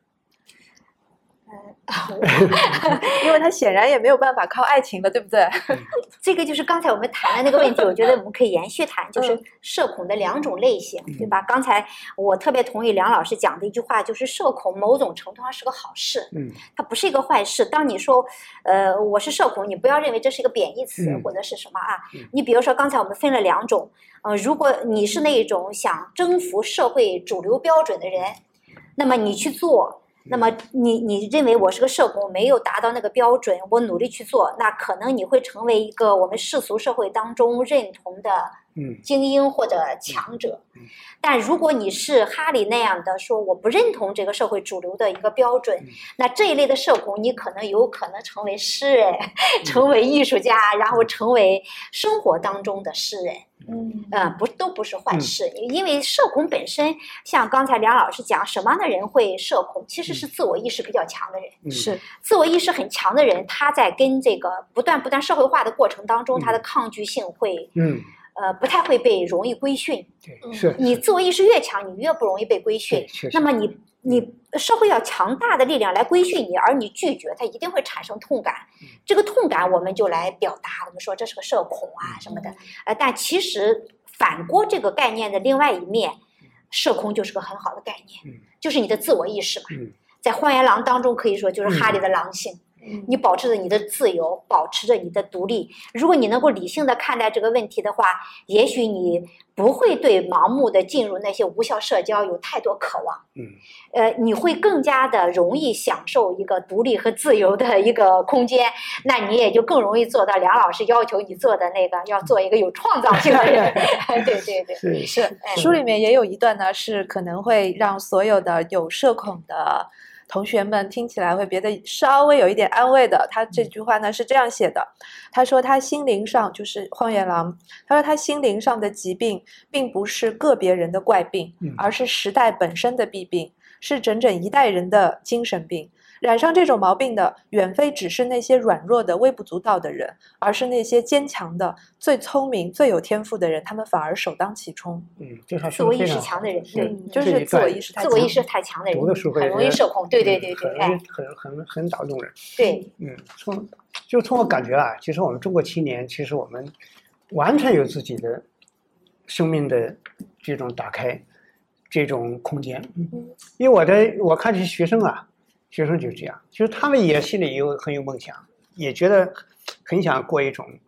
因为他显然也没有办法靠爱情了，对不对？ 这个就是刚才我们谈的那个问题，我觉得我们可以延续谈，就是社恐的两种类型，对吧？刚才我特别同意梁老师讲的一句话，就是社恐某种程度上是个好事，它不是一个坏事。当你说我是社恐，你不要认为这是一个贬义词或者是什么啊。你比如说刚才我们分了两种，如果你是那种想征服社会主流标准的人，那么你去做。那么你认为我是个社恐，没有达到那个标准，我努力去做，那可能你会成为一个我们世俗社会当中认同的精英或者强者。但如果你是哈利那样的说我不认同这个社会主流的一个标准，那这一类的社恐你有可能成为诗人，成为艺术家，然后成为生活当中的诗人。都不是坏事，因为社恐本身，像刚才梁老师讲，什么样的人会社恐？其实是自我意识比较强的人， 是自我意识很强的人，他在跟这个不断社会化的过程当中，他的抗拒性会，不太会被容易规训。 是你自我意识越强，你越不容易被规训。那么你社会要强大的力量来规训你，而你拒绝，它一定会产生痛感。这个痛感我们就来表达，我们说这是个社恐啊什么的。但其实反过这个概念的另外一面，社恐就是个很好的概念，就是你的自我意识嘛。在荒原狼当中可以说就是哈利的狼性。你保持着你的自由，保持着你的独立。如果你能够理性的看待这个问题的话，也许你不会对盲目的进入那些无效社交有太多渴望。你会更加的容易享受一个独立和自由的一个空间，那你也就更容易做到梁老师要求你做的那个，要做一个有创造性的人。对， 是。书里面也有一段呢，是可能会让所有的有社恐的同学们听起来会觉得稍微有一点安慰的。他这句话呢是这样写的，他说他心灵上，就是荒原狼，他说他心灵上的疾病并不是个别人的怪病，而是时代本身的弊病，是整整一代人的精神病。染上这种毛病的远非只是那些软弱的微不足道的人，而是那些坚强的最聪明最有天赋的人，他们反而首当其冲。 自我意识强的人， 就是自我意识太强的人很容易社恐。对， 很打动人。 对， 从我感觉啊，其实我们中国青年，其实我们完全有自己的生命的这种打开这种空间。因为我看这些学生就是这样，就是他们也心里很有梦想，也觉得很想过一种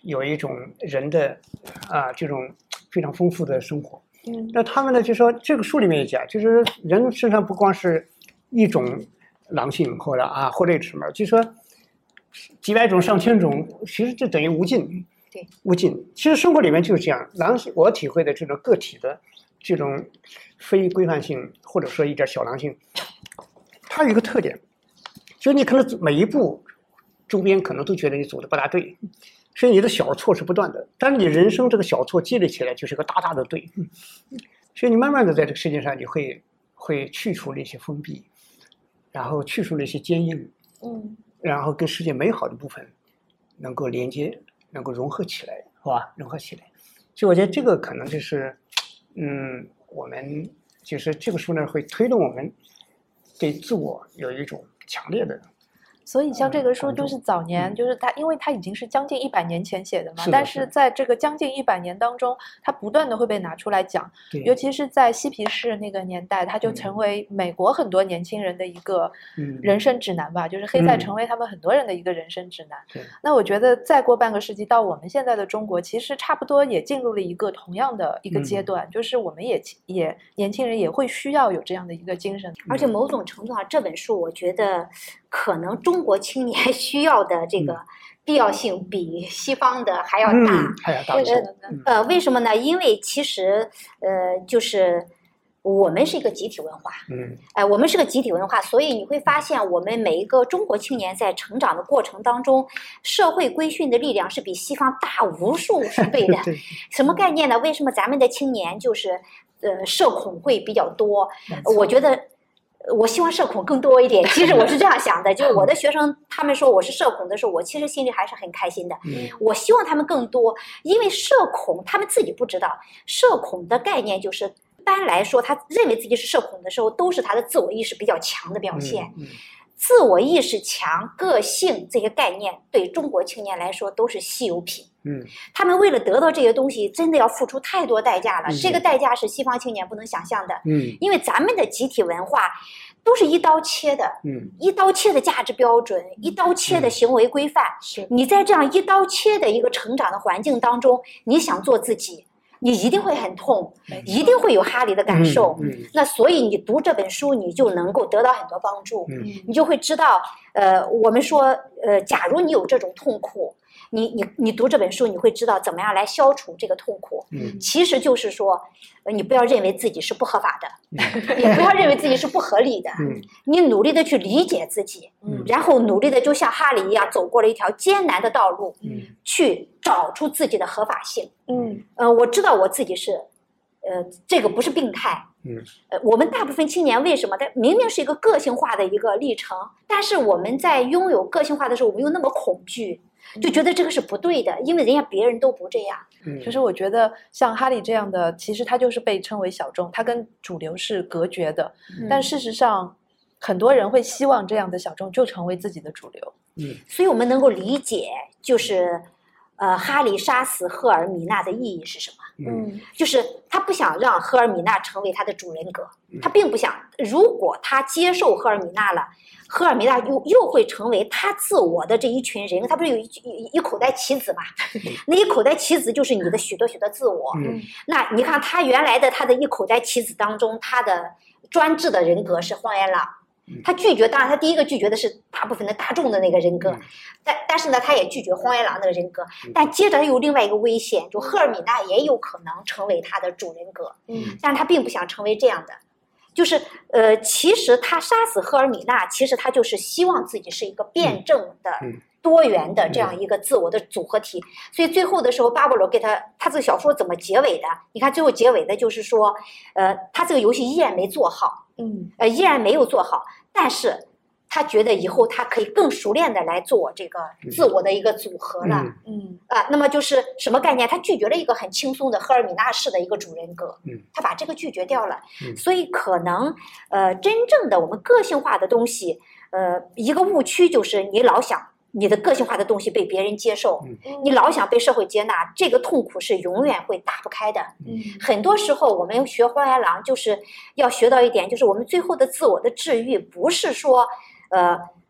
有一种人的这种非常丰富的生活。那他们呢就说这个书里面也讲，就是人身上不光是一种狼性或者什么，就说几百种上千种，其实就等于无尽。 对， 无尽。其实生活里面就是这样，狼性我体会的这种个体的这种非规范性，或者说一点小狼性，它有一个特点，就是你可能每一步周边可能都觉得你走的不大对，所以你的小错是不断的，但是你人生这个小错积累起来就是个大大的对，所以你慢慢的在这个世界上你会去除那些封闭，然后去除那些坚硬，然后跟世界美好的部分能够连接，能够融合起来，是吧？融合起来，所以我觉得这个可能就是我们就是这个书呢会推动我们对自我有一种强烈的。 所以像这个书就是早年就是它，因为它已经是将近100年前写的嘛， 是的但是在这个将近100年当中，它不断的会被拿出来讲，尤其是在嬉皮士那个年代，它就成为美国很多年轻人的一个人生指南吧，就是黑塞成为他们很多人的一个人生指南。那我觉得再过半个世纪到我们现在的中国，其实差不多也进入了一个同样的一个阶段，就是我们也年轻人也会需要有这样的一个精神， 而且某种程度上，这本书我觉得可能中国青年需要的这个必要性比西方的还要大。 还要大。 为什么呢？因为其实就是我们是一个集体文化，我们是个集体文化，所以你会发现我们每一个中国青年在成长的过程当中，社会规训的力量是比西方大无数倍的。什么概念呢？为什么咱们的青年就是社恐会比较多？我觉得。我希望社恐更多一点，其实我是这样想的，就是我的学生他们说我是社恐的时候，我其实心里还是很开心的。我希望他们更多，因为社恐他们自己不知道，社恐的概念就是一般来说他认为自己是社恐的时候，都是他的自我意识比较强的表现。自我意识强、个性这些概念对中国青年来说都是稀有品。他们为了得到这些东西，真的要付出太多代价了。这个代价是西方青年不能想象的。因为咱们的集体文化都是一刀切的，一刀切的价值标准，一刀切的行为规范。你在这样一刀切的一个成长的环境当中，你想做自己，你一定会很痛，一定会有哈里的感受。那所以你读这本书，你就能够得到很多帮助。你就会知道，我们说，假如你有这种痛苦，你读这本书，你会知道怎么样来消除这个痛苦。其实就是说，你不要认为自己是不合法的，也不要认为自己是不合理的。你努力的去理解自己，然后努力的就像哈里一样走过了一条艰难的道路，去找出自己的合法性。我知道我自己是，这个不是病态。我们大部分青年为什么？它明明是一个个性化的一个历程，但是我们在拥有个性化的时候，我们又那么恐惧。就觉得这个是不对的，因为人家别人都不这样。 其实我觉得像哈里这样的，其实他就是被称为小众，他跟主流是隔绝的。但事实上，很多人会希望这样的小众就成为自己的主流。 所以我们能够理解，就是哈里杀死赫尔米娜的意义是什么？就是他不想让赫尔米娜成为他的主人格，他并不想。如果他接受赫尔米娜了，赫尔米娜又会成为他自我的这一群人。他不是有一口袋棋子嘛？那一口袋棋子就是你的许多自我。那你看他原来的他的一口袋棋子当中，他的专制的人格是荒原狼。他拒绝，当然他第一个拒绝的是大部分的大众的那个人格，但是呢，他也拒绝荒原狼那个人格。但接着有另外一个危险，就赫尔米娜也有可能成为他的主人格。但是他并不想成为这样的。就是其实他杀死赫尔米娜，其实他就是希望自己是一个辩证的、多元的这样一个自我的组合体。所以最后的时候，巴勃罗给他这个小说怎么结尾的？你看最后结尾的就是说，他这个游戏依然没做好，依然没有做好，但是他觉得以后他可以更熟练的来做这个自我的一个组合了。那么就是什么概念？他拒绝了一个很轻松的赫尔米娜式的一个主人格，他把这个拒绝掉了。所以可能真正的我们个性化的东西，一个误区就是你老想你的个性化的东西被别人接受，你老想被社会接纳，这个痛苦是永远会打不开的。很多时候我们学荒原狼就是要学到一点，就是我们最后的自我的治愈不是说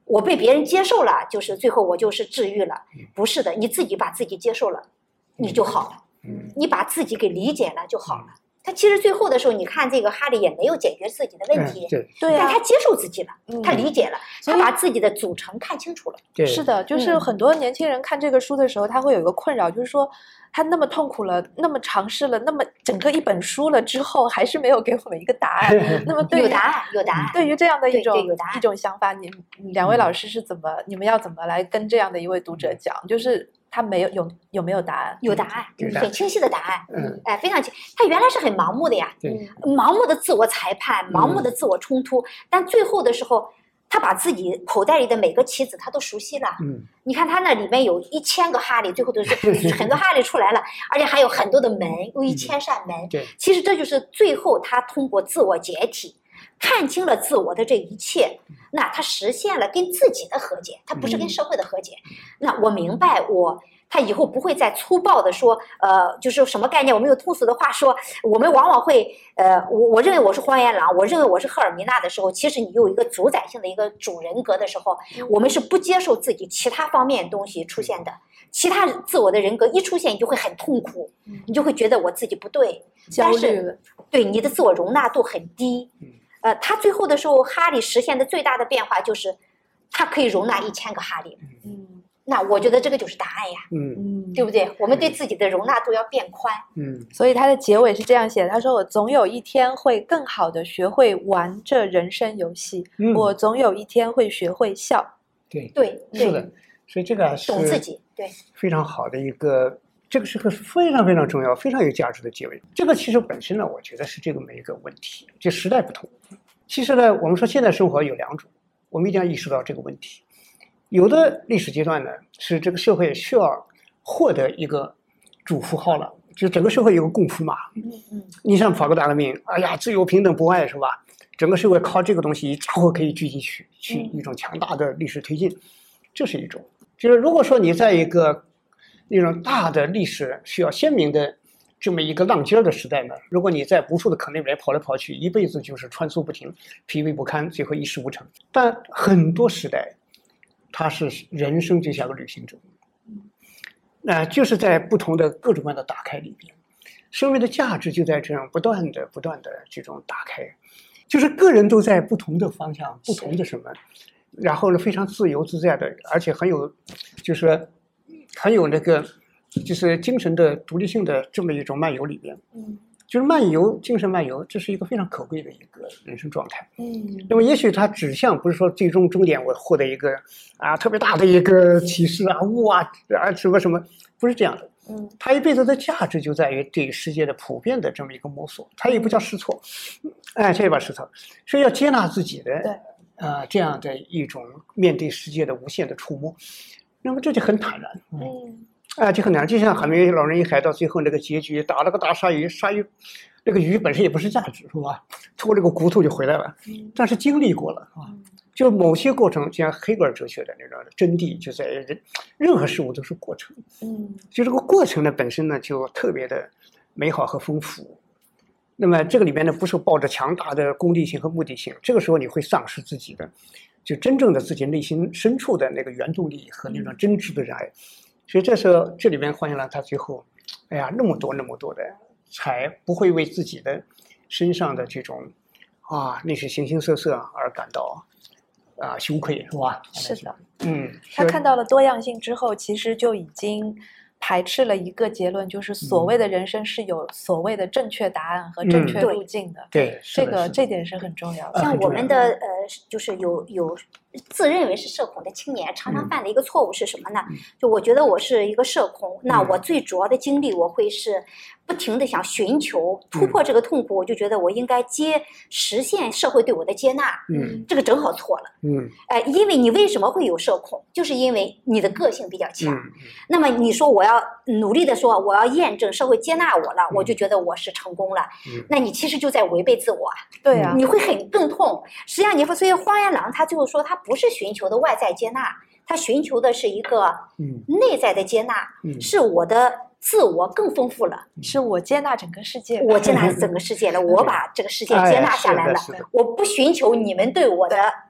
我被别人接受了，就是最后我就是治愈了。不是的，你自己把自己接受了，你就好了。你把自己给理解了就好了。他其实最后的时候，你看这个哈利也没有解决自己的问题， 对啊， 但他接受自己了，他理解了，他把自己的组成看清楚了。 是的，就是很多年轻人看这个书的时候，他会有一个困扰，就是说他那么痛苦了，那么尝试了，那么整个一本书了之后，还是没有给我们一个答案。那么对于有答案，有答案。 对于这样的一种想法，两位老师是怎么，你们要怎么来跟这样的一位读者讲？就是他有没有答案？ 有答案，很清晰的答案。非常清。他原来是很盲目的呀，盲目的自我裁判，盲目的自我冲突，但最后的时候，他把自己口袋里的每个棋子他都熟悉了。你看他那里面有1000个哈利，最后都是很多哈利出来了，而且还有很多的门，有1000扇门。其实这就是最后他通过自我解体，看清了自我的这一切，那他实现了跟自己的和解，他不是跟社会的和解。那我明白，他以后不会再粗暴的说，就是什么概念？我们有通俗的话说，我们往往会，我认为我是荒原狼，我认为我是赫尔米娜的时候，其实你有一个主宰性的一个主人格的时候，我们是不接受自己其他方面东西出现的。其他自我的人格一出现，你就会很痛苦，你就会觉得我自己不对， 焦虑了， 对你的自我容纳度很低。他最后的时候，哈利实现的最大的变化就是，他可以容纳1000个哈利。那我觉得这个就是答案呀。对不对？我们对自己的容纳度要变宽。 所以他的结尾是这样写的，他说：“我总有一天会更好的学会玩这人生游戏，我总有一天会学会笑。” 对， 是的。所以这个是懂自己，对， 非常好的一个。这个是个非常非常重要、非常有价值的结尾。这个其实本身呢，我觉得是这么一个问题，就时代不同。其实呢，我们说现在生活有2种，我们一定要意识到这个问题。有的历史阶段呢，是这个社会需要获得一个主符号了，就整个社会有个共符码。你像法国大革命，哎呀，自由、平等、博爱，是吧？整个社会靠这个东西一家伙可以聚进去，一种强大的历史推进，这是一种。就是如果说你在一个那种大的历史需要鲜明的这么一个浪尖的时代呢，如果你在无数的坑里面跑来跑去，一辈子就是穿梭不停，疲惫不堪，最后一事无成。但很多时代，它是人生就像个旅行者，就是在不同的各种各样的打开里边，生命的价值就在这样不断的这种打开，就是个人都在不同的方向，不同的什么，然后呢非常自由自在的，而且很有，就是很有那个，就是精神的独立性的这么一种漫游里边。就是漫游，精神漫游，这是一个非常可贵的一个人生状态。那么也许它指向不是说最终终点我获得一个特别大的一个启示什么什么，不是这样的。他一辈子的价值就在于对世界的普遍的这么一个摸索，他也不叫试错，这也不叫试错，所以要接纳自己的这样的一种面对世界的无限的触摸，那么这就很坦然。就很难，就像海绵老人与海盗最后那个结局，打了个大鲨鱼，鲨鱼那个鱼本身也不是价值，是吧？拖这个骨头就回来了，但是经历过了就某些过程，像黑格尔哲学的那种真谛，就在于任何事物都是过程。就这个过程呢本身呢就特别的美好和丰富。那么这个里面呢不是抱着强大的功利性和目的性，这个时候你会丧失自己的，就真正的自己内心深处的那个原动力和那种真挚的热爱。所以这时候这里面荒原狼他最后，那么多的，才不会为自己的身上的这种那些形形色色而感到羞愧，是吧？ 是的，他看到了多样性之后，其实就已经排斥了一个结论，就是所谓的人生是有所谓的正确答案和正确路径的。 对， 这点是很重要的。 像我们的就是有自认为是社恐的青年，常常犯的一个错误是什么呢？就我觉得我是一个社恐，那我最主要的精力我会是不停的想寻求突破这个痛苦，我就觉得我应该实现社会对我的接纳。这个正好错了。因为你为什么会有社恐，就是因为你的个性比较强。那么你说我要努力的说我要验证社会接纳我了，我就觉得我是成功了。那你其实就在违背自我。 对啊， 你会更痛。实际上所以荒原狼他最后说他不是寻求的外在接纳，他寻求的是一个内在的接纳，是我的自我更丰富了， 是我接纳整个世界， 我接纳整个世界了，我把这个世界接纳下来了，我不寻求你们对我的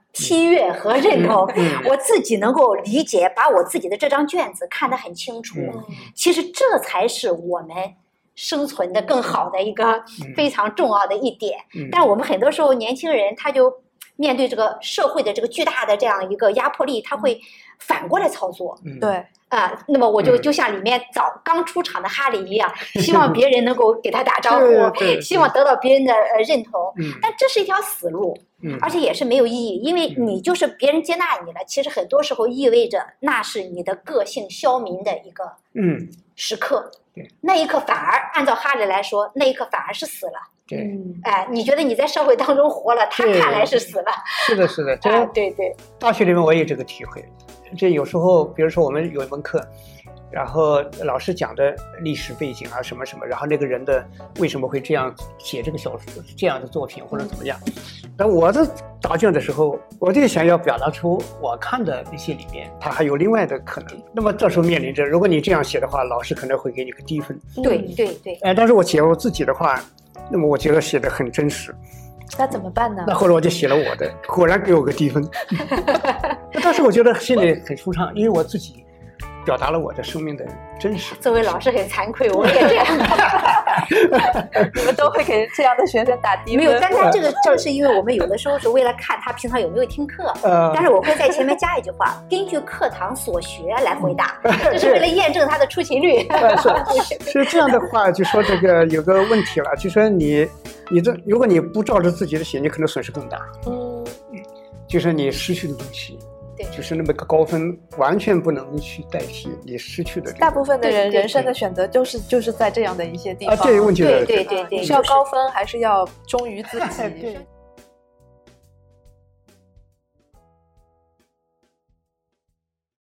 批阅和认同，我自己能够理解，把我自己的这张卷子看得很清楚。其实这才是我们生存的更好的一个非常重要的一点。但我们很多时候年轻人他就面对这个社会的这个巨大的这样一个压迫力，他会反过来操作。 对。 那么我就像里面刚出场的哈利一样，希望别人能够给他打招呼，希望得到别人的认同。但这是一条死路，而且也是没有意义，因为你就是别人接纳你了，其实很多时候意味着那是你的个性消泯的一个时刻。那一刻反而按照哈利来说，那一刻反而是死了。 对， 你觉得你在社会当中活了，他看来是死了。 是的，是的， 对对。 大学里面我也有这个体会。这有时候，比如说我们有一门课，然后老师讲的历史背景啊什么什么，然后那个人的为什么会这样写这个小说这样的作品或者怎么样，但我在答卷的时候，我就想要表达出我看的那些里面，它还有另外的可能。那么这时候面临着，如果你这样写的话，老师可能会给你个低分。 对对对。 但是我写我自己的话，那么我觉得写的很真实。 那怎么办呢？ 那后来我就写了我的，果然给我个低分。但是我觉得心里很舒畅，因为我自己表达了我的生命的真实。 作为老师很惭愧，我也这样。 你们都会给这样的学生打低分？ 没有，但他这个是因为我们有的时候是为了看他平常有没有听课，但是我会在前面加一句话，根据课堂所学来回答，这是为了验证他的出勤率。 是这样的话，就说这个有个问题了，就说如果你不照着自己的写，你可能损失更大。就是你失去的东西。就是那么个高分，完全不能去代替你失去的。 大部分的人生的选择就是在这样的一些地方。 这个问题对， 是要高分还是要忠于自己？ 对。